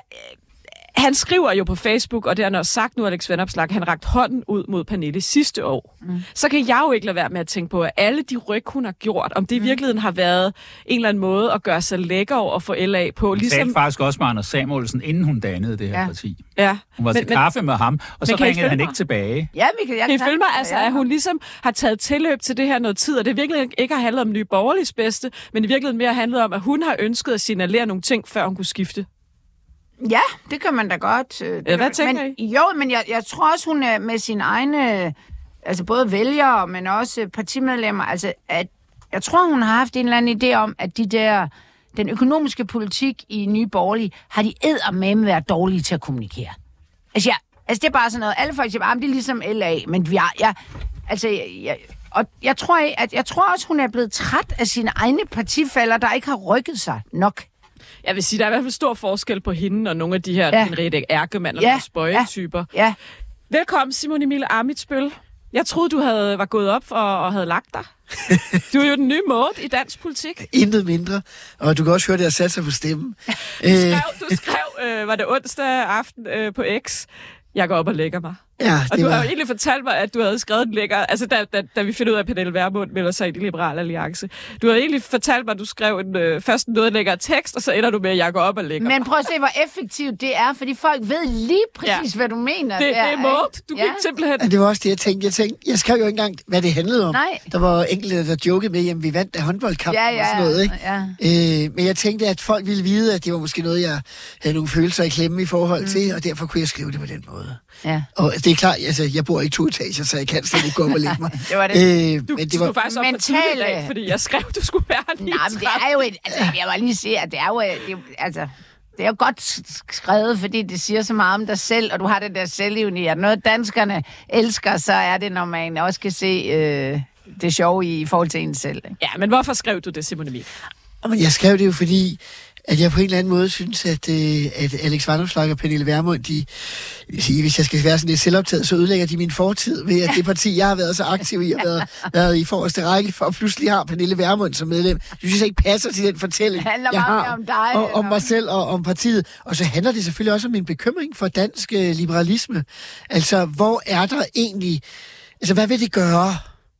Han skriver jo på Facebook, og det har han også sagt nu, Alex Vanopslagh, han rakte hånden ud mod Pernille sidste år. Mm. Så kan jeg jo ikke lade være med at tænke på, at alle de ryg, hun har gjort, om det i virkeligheden har været en eller anden måde at gøre sig lækker over og få L A på. Hun ligesom... talte faktisk også med Anders Samuelsen, inden hun dannede det her ja. parti. Ja. Hun var men, til kaffe med ham, og så ringede han ikke tilbage. Ja, vi kan, jeg kan I følge mig, altså, at hun ligesom har taget tilløb til det her noget tid, og det virkelig ikke har handlet om Nye Borgerliges bedste, men i virkeligheden mere handlet om, at hun har ønsket at signalere nogle ting, før hun kunne skifte. Ja, det kan man da godt. Ja, hvad tænker men, I? Jo, men jeg, jeg tror også, hun er med sine egne, altså både vælgere, men også partimedlemmer, altså at jeg tror, hun har haft en eller anden idé om, at de der, den økonomiske politik i Nye Borgerlige, har de eddermame været dårlige til at kommunikere. Altså, jeg, altså det er bare sådan noget, alle folk siger, ah, det er ligesom L A, men vi har, jeg, altså, jeg, jeg, og jeg tror, at, jeg tror også, hun er blevet træt af sine egne partifæller, der ikke har rykket sig nok. Jeg vil sige, der er i hvert fald stor forskel på hende og nogle af de her ja. Henriette Ærkemann og ja. spøjetyper. Ja. ja. Velkommen, Simon Emil Ammitzbøll. Jeg troede, du havde var gået op og, og havde lagt dig. Du er jo den nye måde i dansk politik. Intet mindre. Og du kan også høre, at jeg satte sig på stemmen. Du skrev, du skrev øh, var det onsdag aften øh, på X, jeg går op og lægger mig. Ja, og du var... har jo egentlig fortalt mig, at du havde skrevet en lækker... Altså, da, da, da vi finder ud af, at Pernille Vermund melder sig ind i Liberal Alliance. Du har egentlig fortalt mig, at du skrev en, øh, først en noget lækker tekst, og så ender du med, at jeg går op og lægger Men prøv at se, hvor effektivt det er, fordi folk ved lige præcis, ja. hvad du mener. Det, det er målt. Du ja. gik simpelthen... Ja, det var også det, jeg tænkte. Jeg tænkte, jeg skrev jo ikke engang, hvad det handlede om. Nej. Der var enkelte, der jokede med, at vi vandt af håndboldkampen ja, ja, og sådan noget, ikke? Ja. Øh, men jeg tænkte, at folk ville vide, at det var måske noget, jeg havde nogle følelser i klemme i forhold til, mm. og derfor kunne jeg skrive det på den måde. Ja. Og det er klart, altså, jeg bor i to etager, så jeg kan slet ikke gå op og lægge mig. det var det. Øh, du men det var faktisk op på tidlig dag, fordi jeg skrev, du skulle være ni. Nej, men det er jo et... Altså, jeg må lige sige, at det er jo... Det, altså, det er jo godt skrevet, fordi det siger så meget om dig selv, og du har det der selvlivende, at noget danskerne elsker, så er det, når man også kan se øh, det sjove i, i forhold til en selv. Ikke? Ja, men hvorfor skrev du det, Simon Emil? Jeg skrev det jo, fordi at jeg på en eller anden måde synes, at, øh, at Alex Vanopslagh og Pernille Vermund, de, vil sige, hvis jeg skal være sådan lidt selvoptaget, så ødelægger de min fortid ved, at det parti, jeg har været så aktiv i, og været, været i forreste række for, og pludselig har Pernille Vermund som medlem. Det synes jeg ikke passer til den fortælling, jeg har om, dig, og, om mig selv og om partiet. Og så handler det selvfølgelig også om min bekymring for dansk øh, liberalisme. Altså, hvor er der egentlig... Altså, hvad vil det gøre?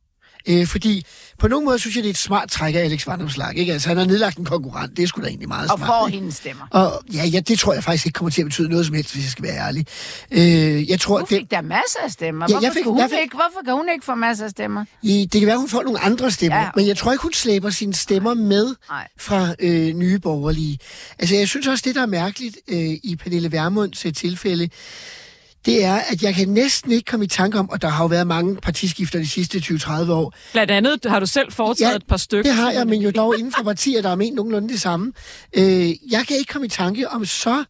Øh, fordi på nogen måde synes jeg, det er et smart træk af Alex Vanopslagh, ikke? Altså, han har nedlagt en konkurrent, det er sgu da egentlig meget og smart. Og får hendes stemmer. Og ja, ja, det tror jeg faktisk ikke kommer til at betyde noget som helst, hvis jeg skal være ærlig. Øh, jeg tror, hun fik det... der masser af stemmer. Ja, hvorfor, jeg fik, hun jeg fik... ikke, hvorfor kan hun ikke få masser af stemmer? I, det kan være, hun får nogle andre stemmer, ja, okay. Men jeg tror ikke, hun slæber sine stemmer med Nej. fra øh, Nye Borgerlige. Altså, jeg synes også, det, der er mærkeligt øh, i Pernille Vermunds tilfælde, det er, at jeg kan næsten ikke komme i tanke om, og der har jo været mange partiskifter de sidste tyve til tredive år. Blandt andet har du selv foretaget ja, et par stykker. det har jeg, men jo dog inden for partier, der er ment nogenlunde det samme. Øh, jeg kan ikke komme i tanke om så,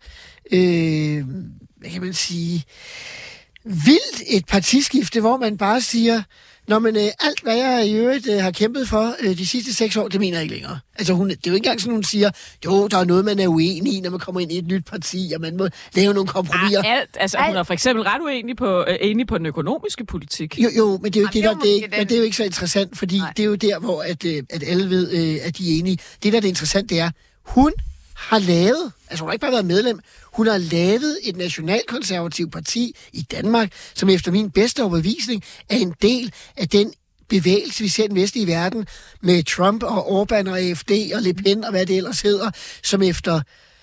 øh, hvad kan man sige, vildt et partiskifte, hvor man bare siger, Nå, men øh, alt, hvad jeg i øvrigt øh, har kæmpet for øh, de sidste seks år, det mener jeg ikke længere. Altså, hun, det er jo ikke engang sådan, hun siger, jo, der er noget, man er uenig i, når man kommer ind i et nyt parti, og man må lave nogle kompromiser. Ah, alt. Altså, alt. Hun er for eksempel ret uenig på, øh, enig på den økonomiske politik. Jo, jo, men det er jo ikke, Jamen, det, der, det, det, men det er jo ikke så interessant, fordi Nej. det er jo der, hvor at, øh, at alle ved, øh, at de er enige. Det, der er det interessante, det er, hun har lavet, altså hun har ikke bare været medlem, hun har lavet et nationalkonservativt parti i Danmark, som efter min bedste overbevisning er en del af den bevægelse, vi ser i den vestlige verden, med Trump og Orbán og A F D og Le Pen og hvad det ellers hedder, som efter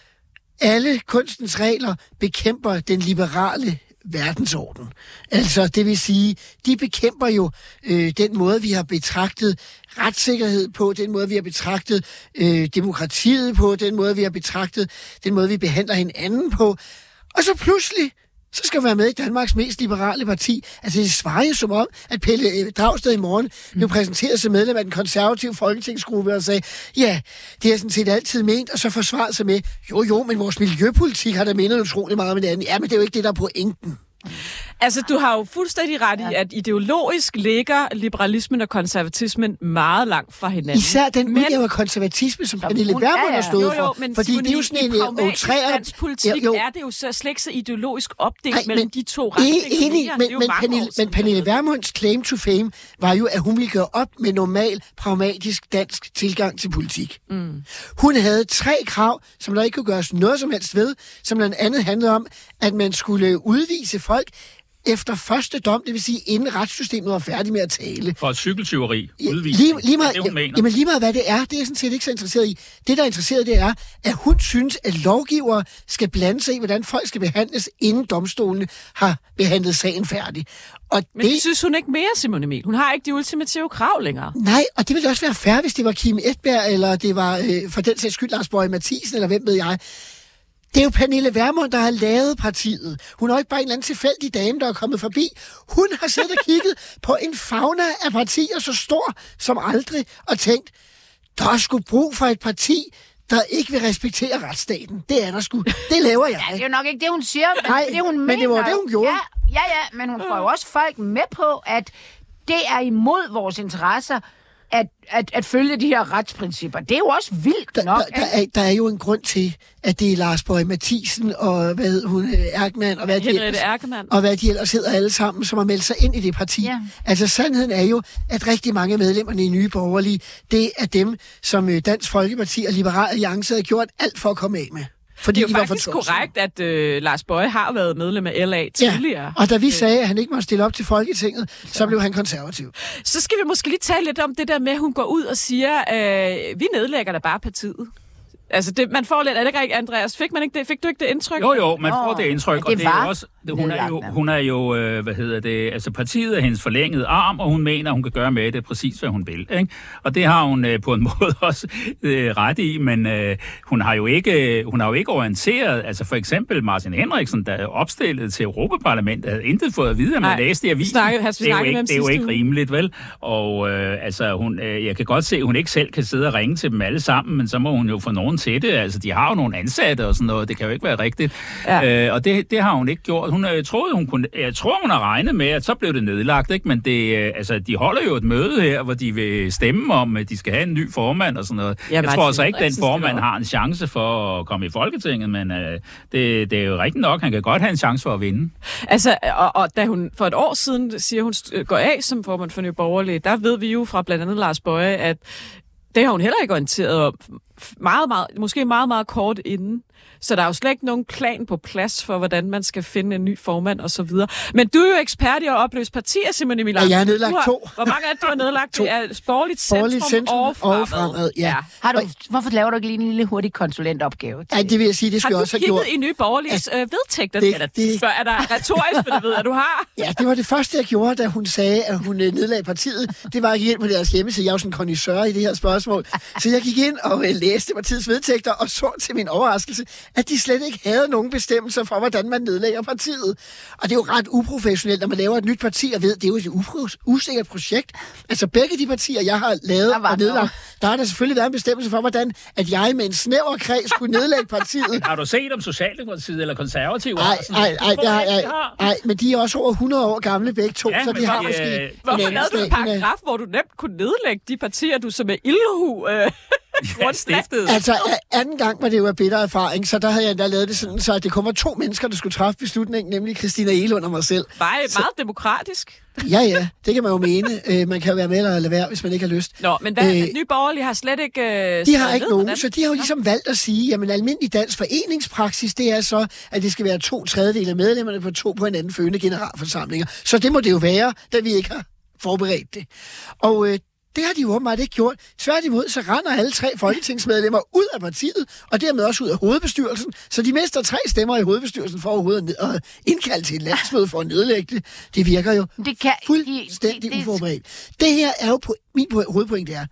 alle kunstens regler bekæmper den liberale verdensorden. Altså, det vil sige, de bekæmper jo øh, den måde, vi har betragtet retssikkerhed på, den måde, vi har betragtet øh, demokratiet på, den måde, vi har betragtet, den måde, vi behandler hinanden på. Og så pludselig, så skal vi være med i Danmarks mest liberale parti. Altså, det svarer jo som om, at Pelle Dragsted i morgen blev præsenteret som medlem af den konservative folketingsgruppe og sagde, ja, det er sådan set altid ment, og så forsvaret sig med, jo jo, men vores miljøpolitik har da mindet utrolig meget med det andet. Ja, men det er jo ikke det, der er pointen. Altså, du har jo fuldstændig ret i, at ideologisk ligger liberalismen og konservatismen meget langt fra hinanden. Især den men... udgave af konservatisme, som Pernille Vermund ja, ja. har stået jo, jo, for. Fordi det er jo sådan en pragmatisk dansk politik, ja, er det jo så slet ikke så ideologisk opdelt Ej, mellem de to retninger. Enig, men, men, Pernille, men Pernille Vermunds claim to fame var jo, at hun ville gøre op med normal, pragmatisk dansk tilgang til politik. Mm. Hun havde tre krav, som der ikke kunne gøres noget som helst ved, som blandt andet handlede om, at man skulle udvise folk efter første dom, det vil sige, inden retssystemet var færdig med at tale. For et cykeltyveri. Udvisning. Lige, lige meget, det, hun mener. Jamen lige meget, hvad det er, det er jeg sådan set ikke så interesseret i. Det, der er interesseret, det er, at hun synes, at lovgivere skal blande sig i, hvordan folk skal behandles, inden domstolene har behandlet sagen færdig. Og Men det, det synes hun ikke mere, Simon Emil. Hun har ikke de ultimative krav længere. Nej, og det ville også være fair, hvis det var Kim Edberg, eller det var øh, for den sags skyld Lars Boje Mathiesen, eller hvem ved jeg. Det er jo Pernille Vermund, der har lavet partiet. Hun er jo ikke bare en eller anden tilfældig dame, der er kommet forbi. Hun har siddet og kigget på en fauna af partier så stor som aldrig, og tænkt, der er sgu brug for et parti, der ikke vil respektere retsstaten. Det er der sgu. Det laver jeg. Ja, det er jo nok ikke det, hun siger, men Nej, det, hun men mener. det var det, hun gjorde. Ja, ja, ja, men hun får jo også folk med på, at det er imod vores interesser, At, at, at følge de her retsprincipper. Det er jo også vildt nok. Der, der, er, der er jo en grund til, at det er Lars Boje Mathiesen og hvad hed hun, Erkman, og hvad, de ellers, og hvad de ellers hedder alle sammen, som har meldt sig ind i det parti. Ja. Altså sandheden er jo, at rigtig mange af medlemmerne i Nye Borgerlige, det er dem, som Dansk Folkeparti og Liberal Alliance har gjort alt for at komme af med. Fordi det er jo faktisk korrekt, at øh, Lars Boje har været medlem af L A tidligere. Ja, og da vi sagde, at han ikke måtte stille op til Folketinget, så blev han konservativ. Så skal vi måske lige tale lidt om det der med, at hun går ud og siger, øh, vi nedlægger da bare partiet. Altså, det, man får lidt, er det ikke, Andreas? Fik, man ikke det, fik du ikke det indtryk? Jo, jo, man får oh, det indtryk, det og det er også... Det, hun, er jo, hun er jo, øh, hvad hedder det, altså partiet er hendes forlængede arm, og hun mener, hun kan gøre med det præcis, hvad hun vil. Ikke? Og det har hun øh, på en måde også øh, ret i, men øh, hun har jo ikke, hun har jo ikke orienteret, altså for eksempel Martin Henriksen, der er opstillet til Europaparlamentet, havde intet fået at vide, at man læste i avisen. Snakke, det er jo ikke, det er jo ikke rimeligt, vel? Og øh, altså, hun, øh, jeg kan godt se, at hun ikke selv kan sidde og ringe til dem alle sammen, men så må hun jo få nogen til det. Altså, de har jo nogle ansatte og sådan noget, det kan jo ikke være rigtigt. Ja. Øh, og det, det har hun ikke gjort. Hun øh, troede, hun kunne, jeg tror, hun har regnet med, at så blev det nedlagt, ikke? Men det, øh, altså, de holder jo et møde her, hvor de vil stemme om, at de skal have en ny formand og sådan noget. Ja, jeg Martin, tror altså ikke, den formand har en chance for at komme i Folketinget, men øh, det, det er jo rigtigt nok, han kan godt have en chance for at vinde. Altså, og, og da hun for et år siden siger, hun går af som formand for Nye Borgerlige, der ved vi jo fra blandt andet Lars Boje, at det har hun heller ikke orienteret om. Meget, meget, måske meget, meget kort inden. Så der er jo slet ikke nogen plan på plads for, hvordan man skal finde en ny formand og så videre. Men du er jo ekspert i at opløse partier, Simon Emil. Ja, jeg har nedlagt har, to. Hvor mange af du har nedlagt? To. Det er Borgerligt Centrum, centrum og Fremad. Og fremad ja. Ja. Har du, hvorfor laver du ikke lige en lille hurtig konsulentopgave? Ja, det vil jeg sige, det skal jeg også have gjort. Har du kigget i Nye Borgerliges øh, vedtægter? Det, det, det, er der retorisk, for det ved jeg, du har? Ja, det var det første, jeg gjorde, da hun sagde, at hun nedlagde partiet. Det var, at jeg gik ind på deres hjemmeside. Jeg er jo sådan en connoisseur i det her spørgsmål. Så jeg gik ind og øh, læste partiets vedtægter og så til min overraskelse, at de slet ikke havde nogen bestemmelser for, hvordan man nedlægger partiet. Og det er jo ret uprofessionelt, når man laver et nyt parti, og ved, det er jo et upro- usikkert projekt. Altså begge de partier, jeg har lavet og nedlagt, der har der selvfølgelig været en bestemmelse for, hvordan at jeg med en snæver kreds kunne nedlægge partiet. Har du set om Socialdemokratiet eller Konservative? Nej, nej, nej, det har jeg. Nej, men de er også over hundrede år gamle begge to, ja, så de har de, måske... Øh, hvorfor lavede du en paragraf, hvor du nemt kunne nedlægge de partier, du som er ildhu... Øh, ja, stiftet? Altså, anden gang var det jo en bitter erfaring, så der havde jeg endda lavet det sådan, så at det kun var to mennesker, der skulle træffe beslutningen, nemlig Christina Egelund og mig selv. Var det så... meget demokratisk? Ja, ja, det kan man jo mene. Øh, man kan jo være med eller lade være, hvis man ikke har lyst. Nå, men hvad, øh, Nye Borgerlige har slet ikke... Øh, de har ikke nogen, hvordan? Så de har jo ligesom valgt at sige, jamen almindelig dansk foreningspraksis, det er så, at det skal være to tredjedele af medlemmerne på to på hinanden følgende generalforsamlinger. Så det må det jo være, da vi ikke har forberedt det. Og øh, det har de jo åbenbart ikke gjort. Tværtimod, så render alle tre folketingsmedlemmer ud af partiet, og dermed også ud af hovedbestyrelsen, så de mister tre stemmer i hovedbestyrelsen for overhovedet at indkalde til et landsmøde for at nedlægge det. Det virker jo det kan, fuldstændig det, det, uforberedt. Det her er jo på, min hovedpoint, det er,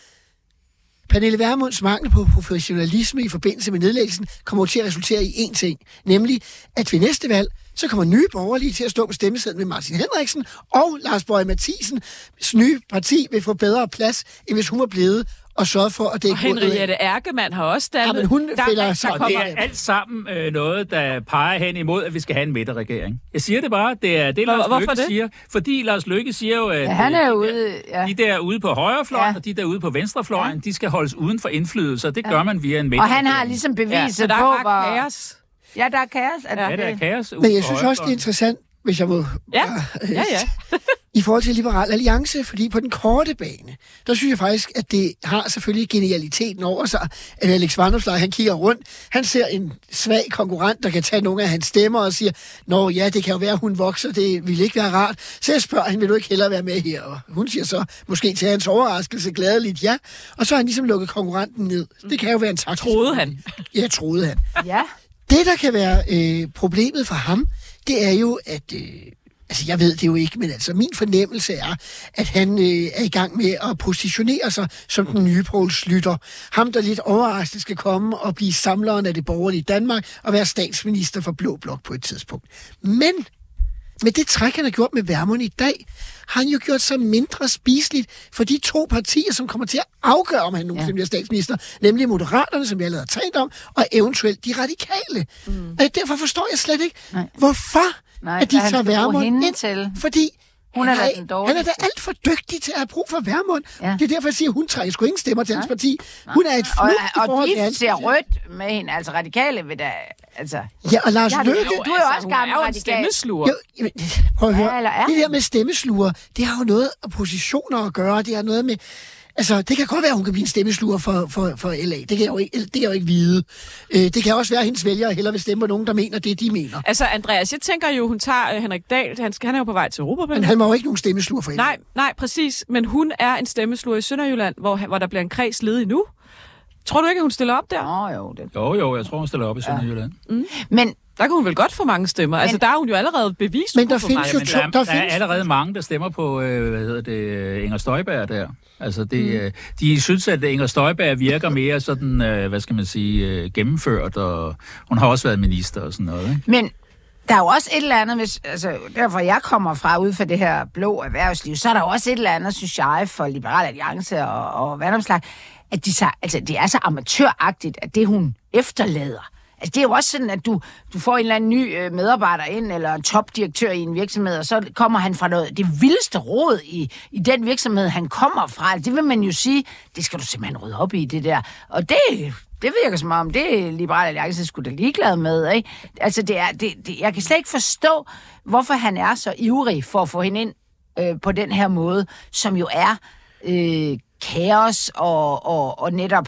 Pernille Vermunds mangel på professionalisme i forbindelse med nedlæggelsen kommer til at resultere i én ting, nemlig at ved næste valg, så kommer Nye Borgerlige til at stå på stemmesedlen med Martin Henriksen, og Lars Boje Mathiesens nye parti vil få bedre plads, end hvis hun var blevet og sørget for, at det ikke... Og Henriette Erkemann har også dannet... Ja, men hun fælder sig... Og det er alt sammen øh, noget, der peger hen imod, at vi skal have en midterregering. Jeg siger det bare, det er det, Lars Løkke det? siger. Fordi Lars Løkke siger jo, at ja, han er de, ude, ja. de der ude på højrefløjen, ja. og de der ude på venstrefløjen, ja. de skal holdes uden for indflydelse, og det ja. gør man via en midterregering. Og han har ligesom beviset ja, så der på, er bare kaos. Ja, der er kaos. Ja, der er kaos. Men jeg synes også, det er interessant, hvis jeg må... Ja, ja, ja. I forhold til Liberal Alliance, fordi på den korte bane, der synes jeg faktisk, at det har selvfølgelig genialiteten over sig, at Alex Vanopslagh, han kigger rundt, han ser en svag konkurrent, der kan tage nogle af hans stemmer og siger, nå ja, det kan jo være, at hun vokser, det vil ikke være rart. Så jeg spørger hende, vil du ikke hellere være med her? Og hun siger så, måske til hans overraskelse, gladeligt ja. Og så har han ligesom lukket konkurrenten ned. Det kan jo være en taktisk. Troede han. Ja, troede han. Ja. Det, der kan være øh, problemet for ham, det er jo, at... Øh, altså, jeg ved det jo ikke, men altså, min fornemmelse er, at han øh, er i gang med at positionere sig som den nye Poul Schlüter. Ham, der lidt overraskende skal komme og blive samleren af det borgerlige Danmark og være statsminister for Blå Blok på et tidspunkt. Men med det træk, han har gjort med Vermund i dag, har han jo gjort sig mindre spiseligt for de to partier, som kommer til at afgøre, om han nogensinde ja. bliver statsminister, nemlig Moderaterne, som jeg allerede har talt om, og eventuelt de radikale. Mm. Og derfor forstår jeg slet ikke, Nej. hvorfor Nej, at de tager Vermund ind, til. fordi hun han, er, er, han er da alt for dygtig til at have brug for Vermund. Ja. Det er derfor, jeg siger, at hun trækker sgu ingen stemmer til hans parti. Hun er et flugt i forhold til hans parti. Og de ser rødt med hende, altså radikale ved da... Altså. Ja, og Lars Løkke... Du, du er jo også gammel radikal. Stemmesluger. Jo, jamen, prøv at høre. Ja, det der med stemmesluger, det har jo noget af positioner at gøre. Det har noget med... Altså, det kan godt være, at hun kan blive en stemmesluger for, for, for L A. Det kan jeg jo ikke, det kan jeg jo ikke vide. Øh, det kan også være, at hendes vælgere hellere vil stemme på nogen, der mener det, de mener. Altså, Andreas, jeg tænker jo, hun tager uh, Henrik Dahl. Han, skal, han er jo på vej til Europa. Men han var jo ikke nogen stemmesluger for L A. Nej, nej, præcis. Men hun er en stemmesluger i Sønderjylland, hvor, hvor der bliver en kreds ledig nu. Tror du ikke, at hun stiller op der? Nå, jo, det... jo, jo, jeg tror, hun stiller op i Sønderjylland. Ja. Mm. Men der kan hun vel godt få mange stemmer. Men, altså, der er hun jo allerede bevist. Men der findes jo to, der, der, der er allerede mange, der stemmer på, øh, hvad hedder det, Inger Støjberg der. Altså, det, mm. øh, de synes, at Inger Støjberg virker mere sådan, øh, hvad skal man sige, øh, gennemført, og hun har også været minister og sådan noget, ikke? Men der er jo også et eller andet, hvis, altså, derfor jeg kommer fra ud for det her blå erhvervsliv, så er der jo også et eller andet, synes jeg, for Liberal Alliance og, og Vanopslagh, at de så, altså, det er så amatøragtigt, at det hun efterlader. Altså, det er jo også sådan, at du, du får en eller anden ny øh, medarbejder ind, eller en topdirektør i en virksomhed, og så kommer han fra noget, det vildeste råd i, i den virksomhed, han kommer fra. Altså, det vil man jo sige, det skal du simpelthen rydde op i, det der. Og det, det virker som om, det er Liberal Alliance skulle da ligeglad med, ikke? Altså, det er, det, det, jeg kan slet ikke forstå, hvorfor han er så ivrig for at få hende ind øh, på den her måde, som jo er øh, kaos og, og, og netop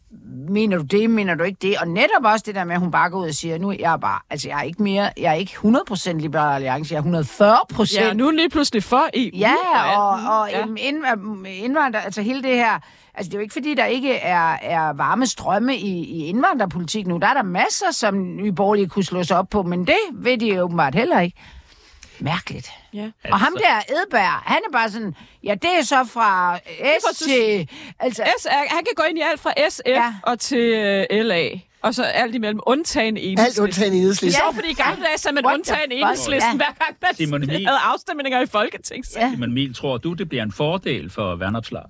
mener du det, mener du ikke det? Og netop også det der med, at hun bare går ud og siger, nu er jeg bare, altså jeg er ikke mere, jeg er ikke hundrede procent Liberal Alliance, jeg er et hundrede og fyrre procent. Ja, nu er lige pludselig for E U. Ja, og, og ja. indvandrer, altså hele det her, altså det er jo ikke fordi, der ikke er, er varme strømme i, i indvandrerpolitik nu. Der er der masser, som Nye Borgerlige kunne slå sig op på, men det ved de jo åbenbart heller ikke. Mærkeligt. Ja. Og ham der Edberg, han er bare sådan, ja, det er så fra S til... Altså, S, han kan gå ind i alt fra S F ja. Ja. og til uh, L A. Og så alt imellem undtagen Enhedslisten. Alt undtagen Enhedslisten. Det er sjovt, fordi i gamle dage sagde man What undtagen the fuck? Enhedslisten, Ja. hver gang man Simon Emil. havde afstemninger i Folketinget. Ja. Simon Emil, tror du, det bliver en fordel for Vandopslag?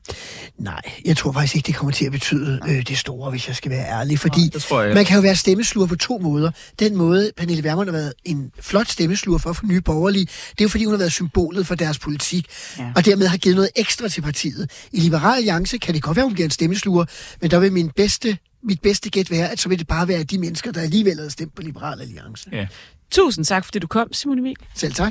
Nej, jeg tror faktisk ikke, det kommer til at betyde øh, det store, hvis jeg skal være ærlig. Fordi det tror jeg. man kan jo være stemmesluger på to måder. Den måde, Pernille Vermund har været en flot stemmesluger for, for Nye Borgerlige, det er jo fordi, hun har været symbolet for deres politik, ja. og dermed har givet noget ekstra til partiet. I Liberal Alliance kan det godt være, hun bliver en stemmesluger, men der vil min bedste, mit bedste gæt være, at så vil det bare være de mennesker, der alligevel havde stemt på Liberal Alliance. Ja. Tusind tak, fordi du kom, Simon Emil. Selv tak.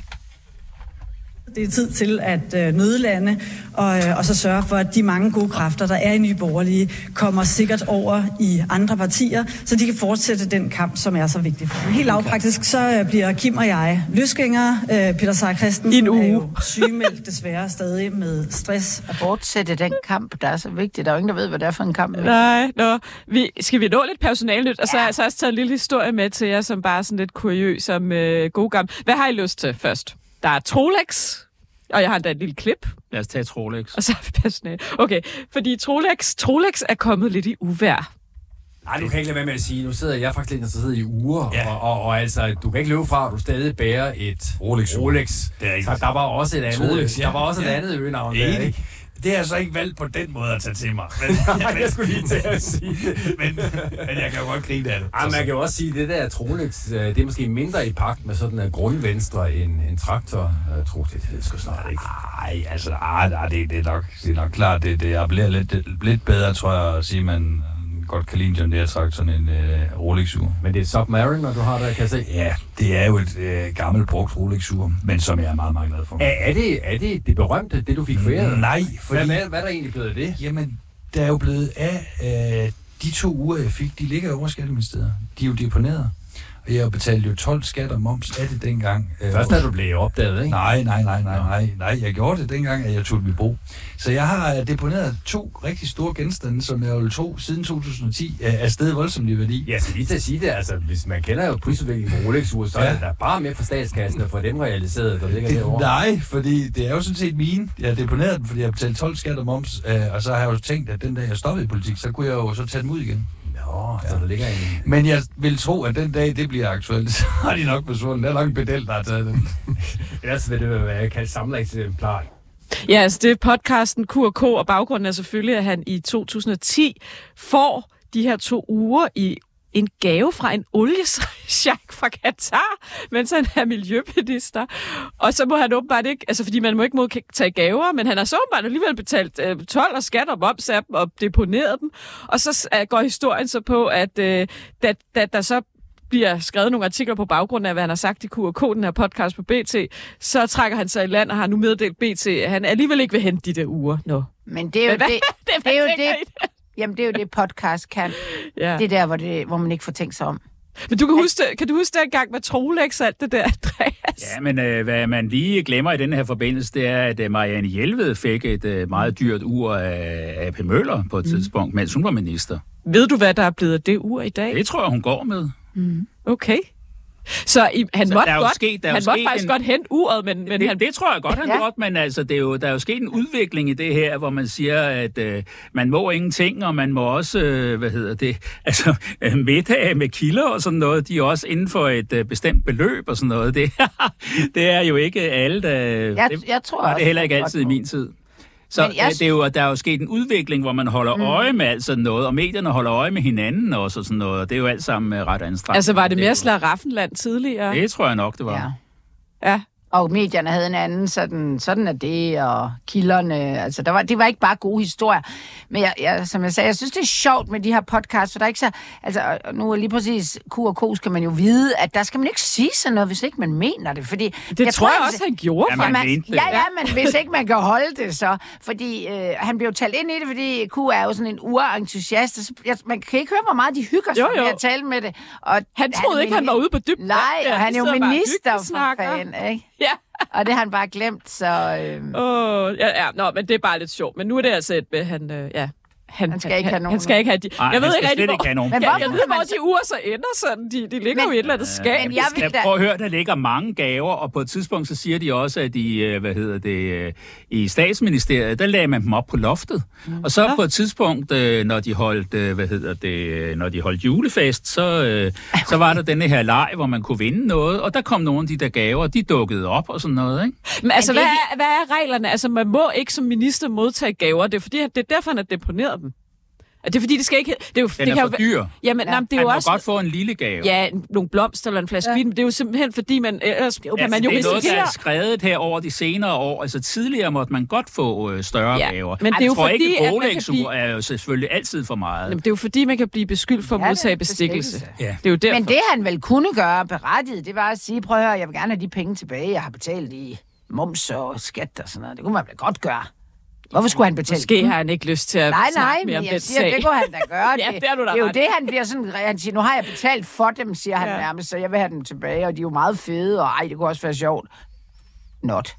Det er tid til at øh, nødlande og, øh, og så sørge for, at de mange gode kræfter, der er i Nye Borgerlige, kommer sikkert over i andre partier, så de kan fortsætte den kamp, som er så vigtig for dem. Helt lavpraktisk, så øh, bliver Kim og jeg løsgængere. Øh, Peter Seier Christensen er jo sygemeldt desværre stadig med stress. At fortsætte den kamp, der er så vigtig. Der er jo ingen, der ved, hvad det er for en kamp. Nej, nå. Vi, skal vi nå lidt personalnyt? Og så har jeg så også taget en lille historie med til jer, som bare er sådan lidt kuriøs som øh, god gammel. Hvad har I lyst til først? Der er Trolex, og jeg har endda et lille klip. Lad os tage Trolex. Og så har vi personale. Okay, fordi Trolex, Trolex er kommet lidt i uvejr. Nej, du kan ikke lade være med at sige, nu sidder jeg faktisk lidt interesseret i uger, ja. og, og, og altså, du kan ikke løbe fra, at du stadig bærer et Rolex. Rolex. Det er ikke. Så der var også et andet, Rolex, ja. der var også et ja. andet øgenavn der, ikke? Det har jeg så ikke valgt på den måde at tage til mig. Men, Nej, jeg skulle lige til at sige det. men, men jeg kan jo godt grine af det. Ej, man kan jo også sige, at det der Trolex, det er måske mindre i pagt med sådan en grundvenstre en, en traktor. Jeg tror, det, det skal snart ikke. Nej, altså, ah, nej, det, det, er nok, det er nok klart, det, det appellerer lidt, lidt bedre, tror jeg, at sige, man godt kan lide John Deere traktor sådan en uh, Rolex-ur. Men det er et Submariner, du har der, kan jeg se. Ja, det er jo et uh, gammelt brugt Rolex-ur, men som jeg er meget, meget glad for. Er, er, det, er det det berømte, det du fik foræret? Nej, fordi... Hvad, hvad er der egentlig blevet af det? Jamen, der er jo blevet af uh, de to uger, jeg fik, de ligger over Skatteministeriet. De er jo deponeret. Og jeg betalte jo tolv skat og moms af det dengang. Først da du blev opdaget, ikke? Nej, nej, nej, nej, nej, nej. Jeg gjorde det dengang, at jeg tog det i brug. Så jeg har deponeret to rigtig store genstande, som jeg vil tro siden to tusind og ti er steget voldsomt i værdi. Ja, så lige til at sige det, altså hvis man kender jo prisudviklingen på Rolex-ure, så ja. er det der bare mere for statskassen at få dem realiseret, der ligger det, derovre. Nej, fordi det er jo sådan set mine. Jeg har deponeret dem, fordi jeg har betalt tolv skat og moms, og så har jeg jo tænkt, at den dag jeg stoppede i politik, så kunne jeg jo så tage dem ud igen. Nå, ja. Så der ligger en... Men jeg vil tro, at den dag, det bliver aktuelt, så har de nok forsvundet. Der er nok en pedel, der har taget den. Ellers vil det være, hvad jeg kalder sammenlægseksemplar. Ja, altså det er podcasten Q og K, og baggrunden er selvfølgelig, at han i to tusind og ti får de her to uger i en gave fra en oliesjak fra Katar, mens han er miljøminister. Og så må han åbenbart ikke, altså fordi man må ikke modtage gaver, men han har så åbenbart alligevel betalt øh, tolv og skat og moms af dem og deponeret dem. Og så øh, går historien så på, at øh, da, da der så bliver skrevet nogle artikler på baggrund af, hvad han har sagt i Q og K, den her podcast på B T, så trækker han sig i land og har nu meddelt B T, at han alligevel ikke vil hente de der uger. Nå. Men det er jo Hvad, det, det, det, er jo det, jamen det er jo det podcast kan. Ja. Det er der, hvor, det, hvor man ikke får tænkt sig om. Men du kan, huske, kan du huske dengang med Trolex og alt det der, Andreas? Ja, men øh, hvad man lige glemmer i denne her forbindelse, det er, at øh, Marianne Jelved fik et øh, meget dyrt ur af A P Møller på et mm. tidspunkt, mens hun var minister. Ved du, hvad der er blevet af det ur i dag? Det tror jeg, hun går med. Mm. Okay. Så i, han Så måtte, der er jo godt, sket, der er han jo måtte sket faktisk en... godt hente uret, men... men det, han... det tror jeg godt, han Ja. godt, men altså, det er jo, der er jo sket en udvikling i det her, hvor man siger, at øh, man må ingenting, og man må også, øh, hvad hedder det, altså øh, middag med kilder og sådan noget, de er også inden for et øh, bestemt beløb og sådan noget. Det, det er jo ikke alle, der... Jeg, det jeg tror var også, det heller ikke godt altid i må. min tid. Så Men jeg... det er jo, der er jo sket en udvikling, hvor man holder mm. øje med alt sådan noget, og medierne holder øje med hinanden også og sådan noget, og det er jo alt sammen ret anstrengende. Altså, var det mere Slaraffenland tidligere? Det tror jeg nok, det var. Ja. Ja. Og medierne havde en anden, sådan, sådan er det, og kilderne, altså der var, det var ikke bare gode historier. Men jeg, jeg, som jeg sagde, jeg synes, det er sjovt med de her podcasts, for der er ikke så, altså nu er lige præcis Q og K, skal man jo vide, at der skal man ikke sige sådan noget, hvis ikke man mener det, fordi... Det jeg tror jeg også, han gjorde. Ja, For. man man, ja, ja, men hvis ikke man kan holde det, så... Fordi øh, han blev talt ind i det, fordi Q er jo sådan en urentusiast. Så, jeg, man kan ikke høre, hvor meget de hygger sig med at tale med det. Og han troede han ikke, han var ude på dybt. Nej, og han er jo minister for fan, ikke? Ja. Og det har han bare glemt, så... Øh... Åh, ja, ja, nå, men det er bare lidt sjovt. Men nu er det altså et med, han, øh, ja, Han, Han skal ikke have nogen. Han skal ikke have de... Ej, jeg ved han ikke skal rigtig, slet hvor, ikke have nogen. Men jeg, hvorfor jeg ved, kan hvor man de uger så ender sådan. De, de ligger Men- jo i et eller andet skab. Men jeg vil da... Prøv at høre, der ligger mange gaver, og på et tidspunkt så siger de også, at i, øh, hvad hedder det, øh, i statsministeriet, der lagde man dem op på loftet. Mm. Og så Ja. på et tidspunkt, øh, når de holdt, øh, hvad hedder det, øh, når de holdt julefest, så, øh, så var der denne her leg, hvor man kunne vinde noget, og der kom nogle af de der gaver, de dukkede op og sådan noget, ikke? Men altså, Men det hvad er er, hvad er reglerne? Altså, man må ikke som minister modtage gaver. Det er, fordi, det er derfor, han har deponeret dem. Er det fordi, det skal ikke... Det er jo, Den det er kan for jo, dyr. Jamen, Ja. nej, det er Han jo må også... godt få en lille gave. Ja, nogle blomster eller en flaske Ja. vin. Det er jo simpelthen fordi, man ellers jo, Altså, man jo det er noget, der risikerer... er skrevet her over de senere år. Altså tidligere måtte man godt få øh, større Ja, gaver. men det er jo jeg tror fordi, ikke, at man kan Rolex-ur blive- er jo selvfølgelig altid for meget. Jamen, det er jo fordi, man kan blive beskyldt for at Ja, det er modtage bestikkelse. bestikkelse. Ja. Det er jo derfor. Men det, han vel kunne gøre berettiget, det var at sige, prøv at høre, jeg vil gerne have de penge tilbage, jeg har betalt i moms og skat og sådan noget. Det kunne man vel godt gøre. Hvorfor skulle han betale? Måske har han ikke lyst til at Nej, snakke nej, mere men om jeg den siger, sag. det kunne han da gøre. Ja, det, det har du da det er jo ret. det, han bliver sådan... Han siger, nu har jeg betalt for dem, siger han Ja. nærmest, så jeg vil have dem tilbage, og de er jo meget fede, og ej, det kunne også være sjovt. Not.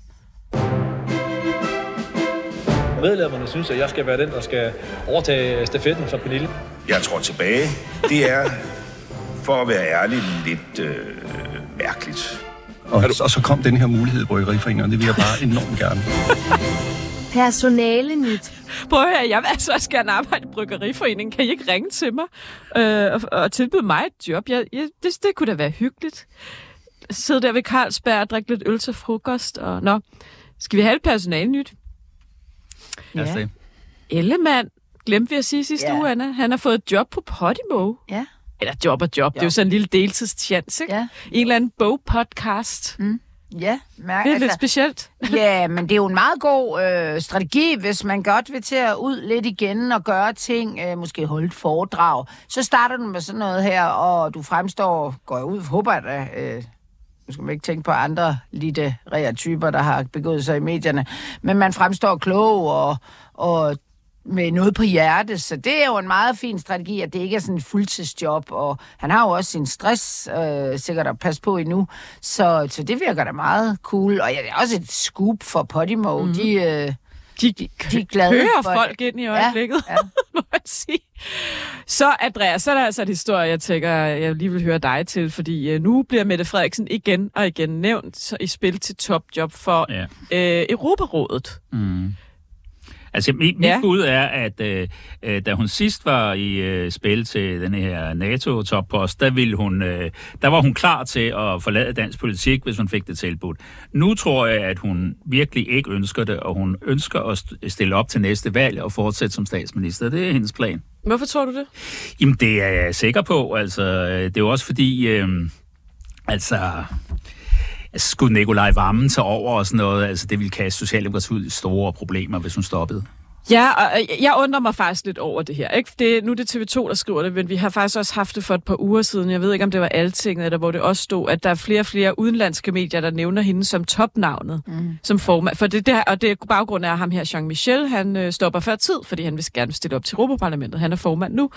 Medlemmerne synes, at jeg skal være den, der skal overtage stafetten fra Pernille. Jeg tror tilbage. Det er, for at være ærlig, lidt øh, mærkeligt. Og, og så kom den her mulighed i Bryggeriforeningen, og det vil jeg bare enormt gerne. Personale nyt. Prøv at høre, jeg vil altså også gerne arbejde i Bryggeriforeningen. Kan I ikke ringe til mig øh, og, og tilbyde mig et job? Jeg, jeg, det, det kunne da være hyggeligt. Sidde der ved Carlsberg og drikke lidt øl til frokost. Og, nå, skal vi have et personale nyt? Lad os se. Ellemann, glemte vi at sige sidste Ja. uge, Anna. Han har fået et job på Podimo. Ja. Eller job og job. Det er jo sådan en lille deltidstjans, ikke? Ja. En eller anden bogpodcast. Mm. Ja, mærk, Det er lidt specielt. Ja, men det er jo en meget god øh, strategi, hvis man godt vil til at ud lidt igen og gøre ting, øh, måske holde et foredrag. Så starter du med sådan noget her, og du fremstår, går jeg ud, håber jeg da, øh, nu skal man ikke tænke på andre litterære typer, der har begået sig i medierne, men man fremstår klog og, og med noget på hjertet, så det er jo en meget fin strategi, at det ikke er sådan et fuldtidsjob, og han har jo også sin stress øh, sikkert at passe på endnu, så, så det virker da meget cool, og ja, det er også et scoop for Podimo, mm-hmm. de, øh, De, de, de er glade hører for folk ind i øjeblikket, Ja, ja. må man sige. Så Andreas, så er der altså et historie, jeg tænker, jeg lige vil høre dig til, fordi nu bliver Mette Frederiksen igen og igen nævnt så i spil til topjob for Ja. øh, Europarådet. Mm. Altså, mit, mit Ja. bud er, at øh, øh, da hun sidst var i øh, spil til den her NATO-toppost, der, ville hun, øh, der var hun klar til at forlade dansk politik, hvis hun fik det tilbudt. Nu tror jeg, at hun virkelig ikke ønsker det, og hun ønsker at st- stille op til næste valg og fortsætte som statsminister. Det er hendes plan. Hvorfor tror du det? Jamen, det er jeg sikker på. Altså, øh, det er jo også fordi, øh, altså... Altså, skulle Nikolaj Wammen tage over og sådan noget, altså det ville kaste Socialdemokratiet ud i store problemer, hvis hun stoppede. Ja, og jeg undrer mig faktisk lidt over det her. Ikke? Det, nu er det T V to, der skriver det, men vi har faktisk også haft det for et par uger siden. Jeg ved ikke, om det var Altinget, eller hvor det også stod, at der er flere og flere udenlandske medier, der nævner hende som topnavnet, mm. som formand. For det der, og det er baggrund af ham her, Jean Michel, han øh, stopper før tid, fordi han vil gerne stille op til Europaparlamentet. Han er formand nu.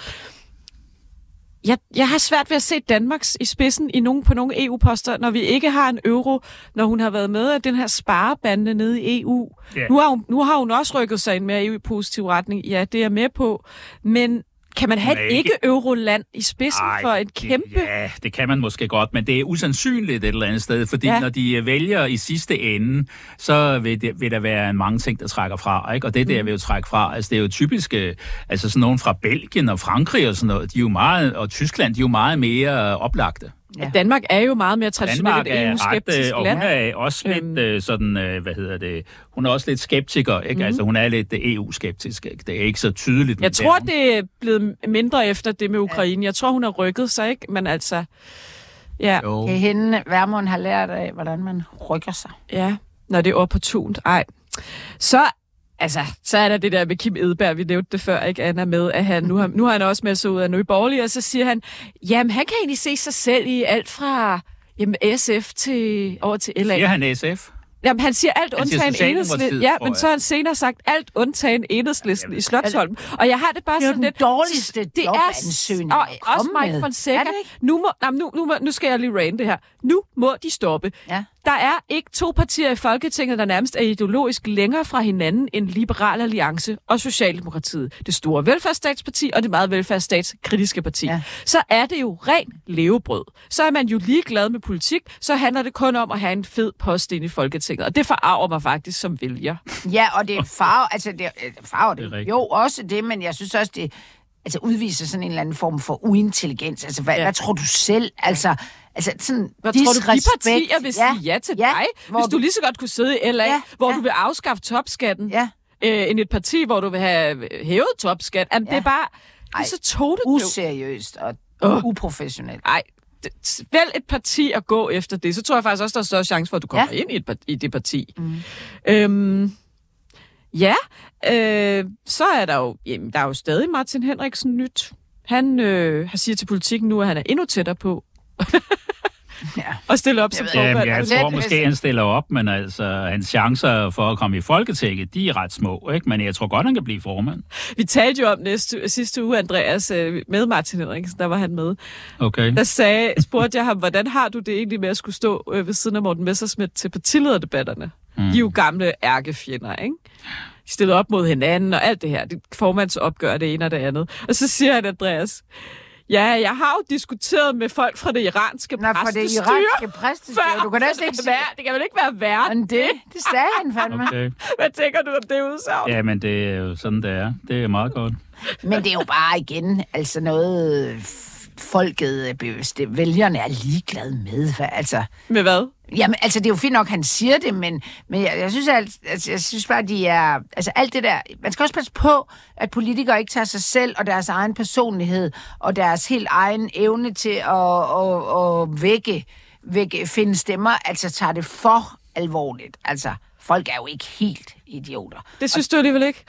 Jeg, jeg har svært ved at se Danmarks i spidsen i nogen, på nogle E U-poster, når vi ikke har en euro, når hun har været med af den her sparebande nede i E U. Yeah. Nu, har hun, nu har hun også rykket sig i en mere E U-positiv retning. Ja, det er jeg med på. Men kan man have Nej, et ikke-euroland i spidsen Ej, for et kæmpe... Det, ja, det kan man måske godt, men det er usandsynligt et eller andet sted, fordi ja. når de vælger i sidste ende, så vil, det, vil der være mange ting, der trækker fra, ikke? Og det der vil jo trække fra. Altså, det er jo typisk, altså sådan nogen fra Belgien og Frankrig og sådan noget, de er jo meget, og Tyskland, de er jo meget mere oplagte. Ja. Danmark er jo meget mere traditionelt et E U-skeptisk ret, og land. hun er også lidt øhm. sådan, hvad hedder det, hun er også lidt skeptiker, ikke? Mm. Altså hun er lidt E U-skeptisk, ikke? Det er ikke så tydeligt. Jeg tror, det er blevet mindre efter det med Ukraine. Jeg tror, hun har rykket sig, ikke? Men altså, ja. Jo. Kan hende, Vermund har lært af, hvordan man rykker sig. Ja, når det er opportunt. Ej. Så Altså, så er der det der med Kim Edberg, vi nævnte det før, ikke, Anna, med, at han, nu, har, nu har han også meldt sig ud af Nye Borgerlige, og så siger han, jamen, han kan egentlig se sig selv i alt fra jamen, S F til, over til L A. Siger han S F? Jamen, han siger alt han siger undtagen Enhedslisten. Ja, men så har han senere sagt alt undtagen Enhedslisten ja, i Slotsholm. Og jeg har det bare det er sådan den lidt... dårligste det jobansøgning og også Mike Fonseca. Nu, må, nej, nu, nu, nu skal jeg lige rante det her. Nu må de stoppe. Ja. Der er ikke to partier i Folketinget, der nærmest er ideologisk længere fra hinanden end Liberal Alliance og Socialdemokratiet. Det store velfærdsstatsparti og det meget velfærdsstatskritiske parti. Ja. Så er det jo ren levebrød. Så er man jo ligeglad med politik, så handler det kun om at have en fed post ind i Folketinget. Og det forarver mig faktisk som vælger. Ja, og det er farve, altså det farver det. det jo, også det, men jeg synes også, det altså udviser sådan en eller anden form for uintelligens. Altså, hvad, ja. hvad tror du selv? Altså, altså sådan hvad tror du, de partier vil sige ja, ja til ja, dig, hvis du, du lige så godt kunne sidde i L A, ja, hvor ja. du vil afskaffe topskatten, ja. øh, end et parti, hvor du vil have hævet topskat. Jamen, ja. det er bare det er så totet. Useriøst og uh. uprofessionelt. Nej. Vælg et parti at gå efter det, så tror jeg faktisk også, der er større chance for, at du kommer ja. ind i, et, i det parti. Mm. Øhm, ja, øh, så er der jo, jamen, der er jo stadig Martin Henriksen nyt. Han øh, har siger til Politikken nu, at han er endnu tættere på. ja. Og stille op som formand. Ja, jeg tror måske, han stiller op, men altså, hans chancer for at komme i Folketinget, de er ret små, ikke? Men jeg tror godt, han kan blive formand. Vi talte jo om næste, sidste uge, Andreas, med Martin Henriksen, der var han med. Okay. Der sagde, spurgte jeg ham, hvordan har du det egentlig med at skulle stå ved siden af Morten Messerschmidt til partilederdebatterne? Mm. De er jo gamle ærkefjender, ikke? De stiller op mod hinanden og alt det her. Det formandsopgør det ene og det andet. Og så siger han, Andreas, ja, jeg har jo diskuteret med folk fra det iranske Nå, præstestyre. Nå, fra det iranske præstestyre. Du kan næsten ikke sige... Det kan vel ikke være værre end det? Det sagde han fandme. Okay. Hvad tænker du om det udsagn? Ja, men det er jo sådan, det er. Det er meget godt. Men det er jo bare igen, altså noget... Folket, vælgerne er ligeglade med. Altså, med hvad? Jamen, altså, det er jo fint nok, han siger det, men, men jeg, jeg, synes, at, altså, jeg synes bare, de er... Altså, alt det der... Man skal også passe på, at politikere ikke tager sig selv og deres egen personlighed og deres helt egen evne til at, at, at vække, vække, finde stemmer, altså tager det for alvorligt. Altså, folk er jo ikke helt idioter. Det synes og, du alligevel ikke?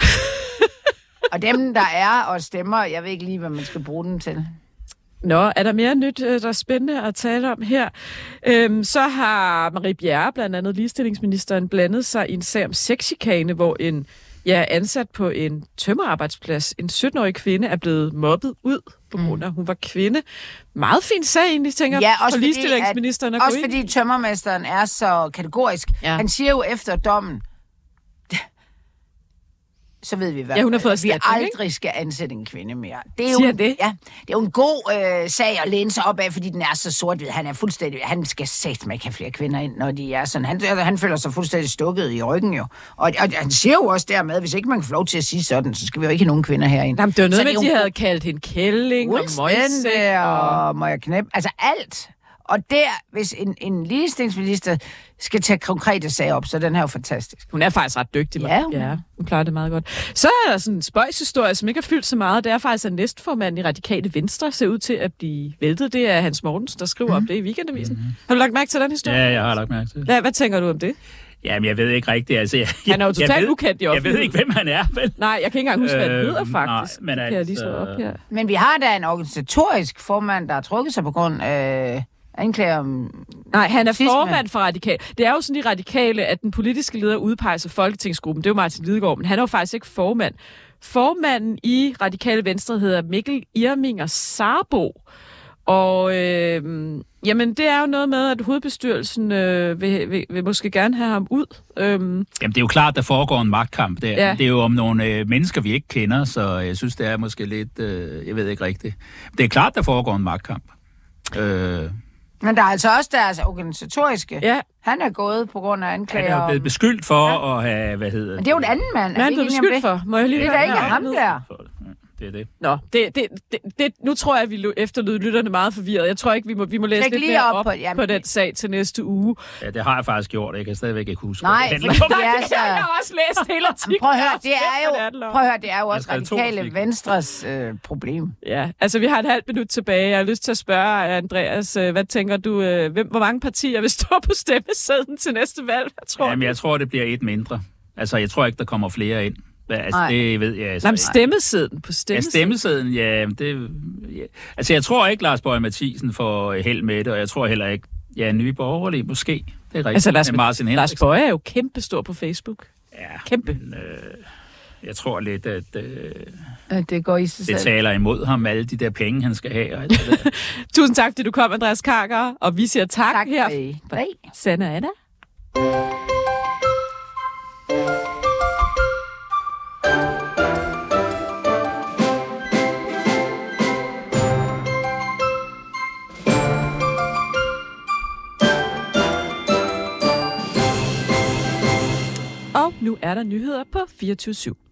og dem, der er og stemmer, jeg ved ikke lige, hvad man skal bruge dem til. Nå, er der mere nyt, der er spændende at tale om her? Øhm, så har Marie Bjerre, blandt andet ligestillingsministeren, blandet sig i en sag om sexchikane, hvor en ja, ansat på en tømmerarbejdsplads, en sytten-årig kvinde, er blevet mobbet ud på grund af, at hun var kvinde. Meget fin sag egentlig, tænker ja, også for ligestillingsministeren at gå også ind. fordi tømmermesteren er så kategorisk. Ja. Han siger jo efter dommen, så ved vi, hvad ja, hun har fået vi aldrig skal ansætte en kvinde mere. Det er jo, Siger det? Ja, det er jo en god øh, sag at læne sig op af, fordi den er så sort-hvid. Han er fuldstændig... Han skal satme ikke have flere kvinder ind, når de er sådan. Han, han føler sig fuldstændig stukket i ryggen jo. Og, og han siger jo også dermed, hvis ikke man kan få lov til at sige sådan, så skal vi jo ikke have nogen kvinder herinde. Jamen, det var noget med, at de havde kaldt hende kælling og møjsæk og må jeg knæppe. Altså alt. Og der, hvis en, en ligestillingsminister skal tage konkrete sager op, så er den her jo fantastisk. Hun er faktisk ret dygtig. Ja, hun, ja, hun klarer det meget godt. Så er der sådan en spøjshistorie, som ikke har fyldt så meget. Det er faktisk, at næstformanden i Radikale Venstre ser ud til at blive væltet. Det er Hans Mortens, der skriver mm. om det i Weekendavisen. Mm. Har du lagt mærke til den historie? Ja, jeg har lagt mærke til det. Ja, hvad tænker du om det? Jamen, jeg ved ikke rigtigt. Altså, jeg, han er jo totalt ukendt i offentligheden. Jeg ved ikke, hvem han er, vel? Nej, jeg kan ikke engang huske, hvad han hedder, faktisk. Øh, nej, men, altså, jeg lige slå op her. Men vi har da en organisatorisk formand, der har trukket sig på grund af... anklager om... Nej, han er formand for Radikale. Det er jo sådan de radikale, at den politiske leder udpeger sig Folketingsgruppen. Det er jo Martin Lidegaard, men han er jo faktisk ikke formand. Formanden i Radikale Venstre hedder Mikkel Irminger Sarbo. Og øh, jamen, det er jo noget med, at hovedbestyrelsen øh, vil, vil, vil måske gerne have ham ud. Øhm. Jamen, det er jo klart, der foregår en magtkamp der. Ja. Det er jo om nogle øh, mennesker, vi ikke kender, så jeg synes, det er måske lidt... Øh, jeg ved ikke rigtigt. Det er klart, der foregår en magtkamp. Øh... Men der er altså også deres organisatoriske. Ja. Han er gået på grund af anklager. Han er blevet beskyldt for ja. at have, hvad hedder det? Men det er jo en anden mand. Hvad er han blevet beskyldt for? Må jeg lige det er da ikke ham der. Det er det. Nå, det, det, det, det, nu tror jeg, at vi efterlod lytterne meget forvirret. Jeg tror ikke, vi må, vi må læse lidt mere op, op på, på den sag til næste uge. Ja, det har jeg faktisk gjort. Jeg kan stadigvæk ikke huske. Nej, det, det, det er så... Jeg har også læst hele artiklen. Prøv at høre, det er jo, prøv at høre, det er jo også Radikale Venstres øh, problem. Ja, altså vi har et halvt minut tilbage. Jeg har lyst til at spørge, Andreas, øh, hvad tænker du, øh, hvem, hvor mange partier vil stå på stemmesedlen til næste valg? Hvad tror Jamen, jeg tror, det bliver et mindre. Altså, jeg tror ikke, der kommer flere ind. Altså, det ved jeg altså ikke. Stemmesedlen på stemmesedlen? Ja, stemmesedlen, ja, det... Ja. Altså, jeg tror ikke, Lars Boje Mathiesen får held med det, og jeg tror heller ikke, Ja, Nye Borgerlige måske. Det er rigtigt. Altså, Lars, Martin Lars Boje er jo kæmpestor på Facebook. Ja, kæmpe. Men, øh, jeg tror lidt, at øh, at det går i sig det selv. taler imod ham, alle de der penge, han skal have. Og alt det der. Tusind tak, fordi du kom, Andreas Karker, og vi siger tak, tak her. Hej. Sanne og Anna. Og nu er der nyheder på fireogtyve syv.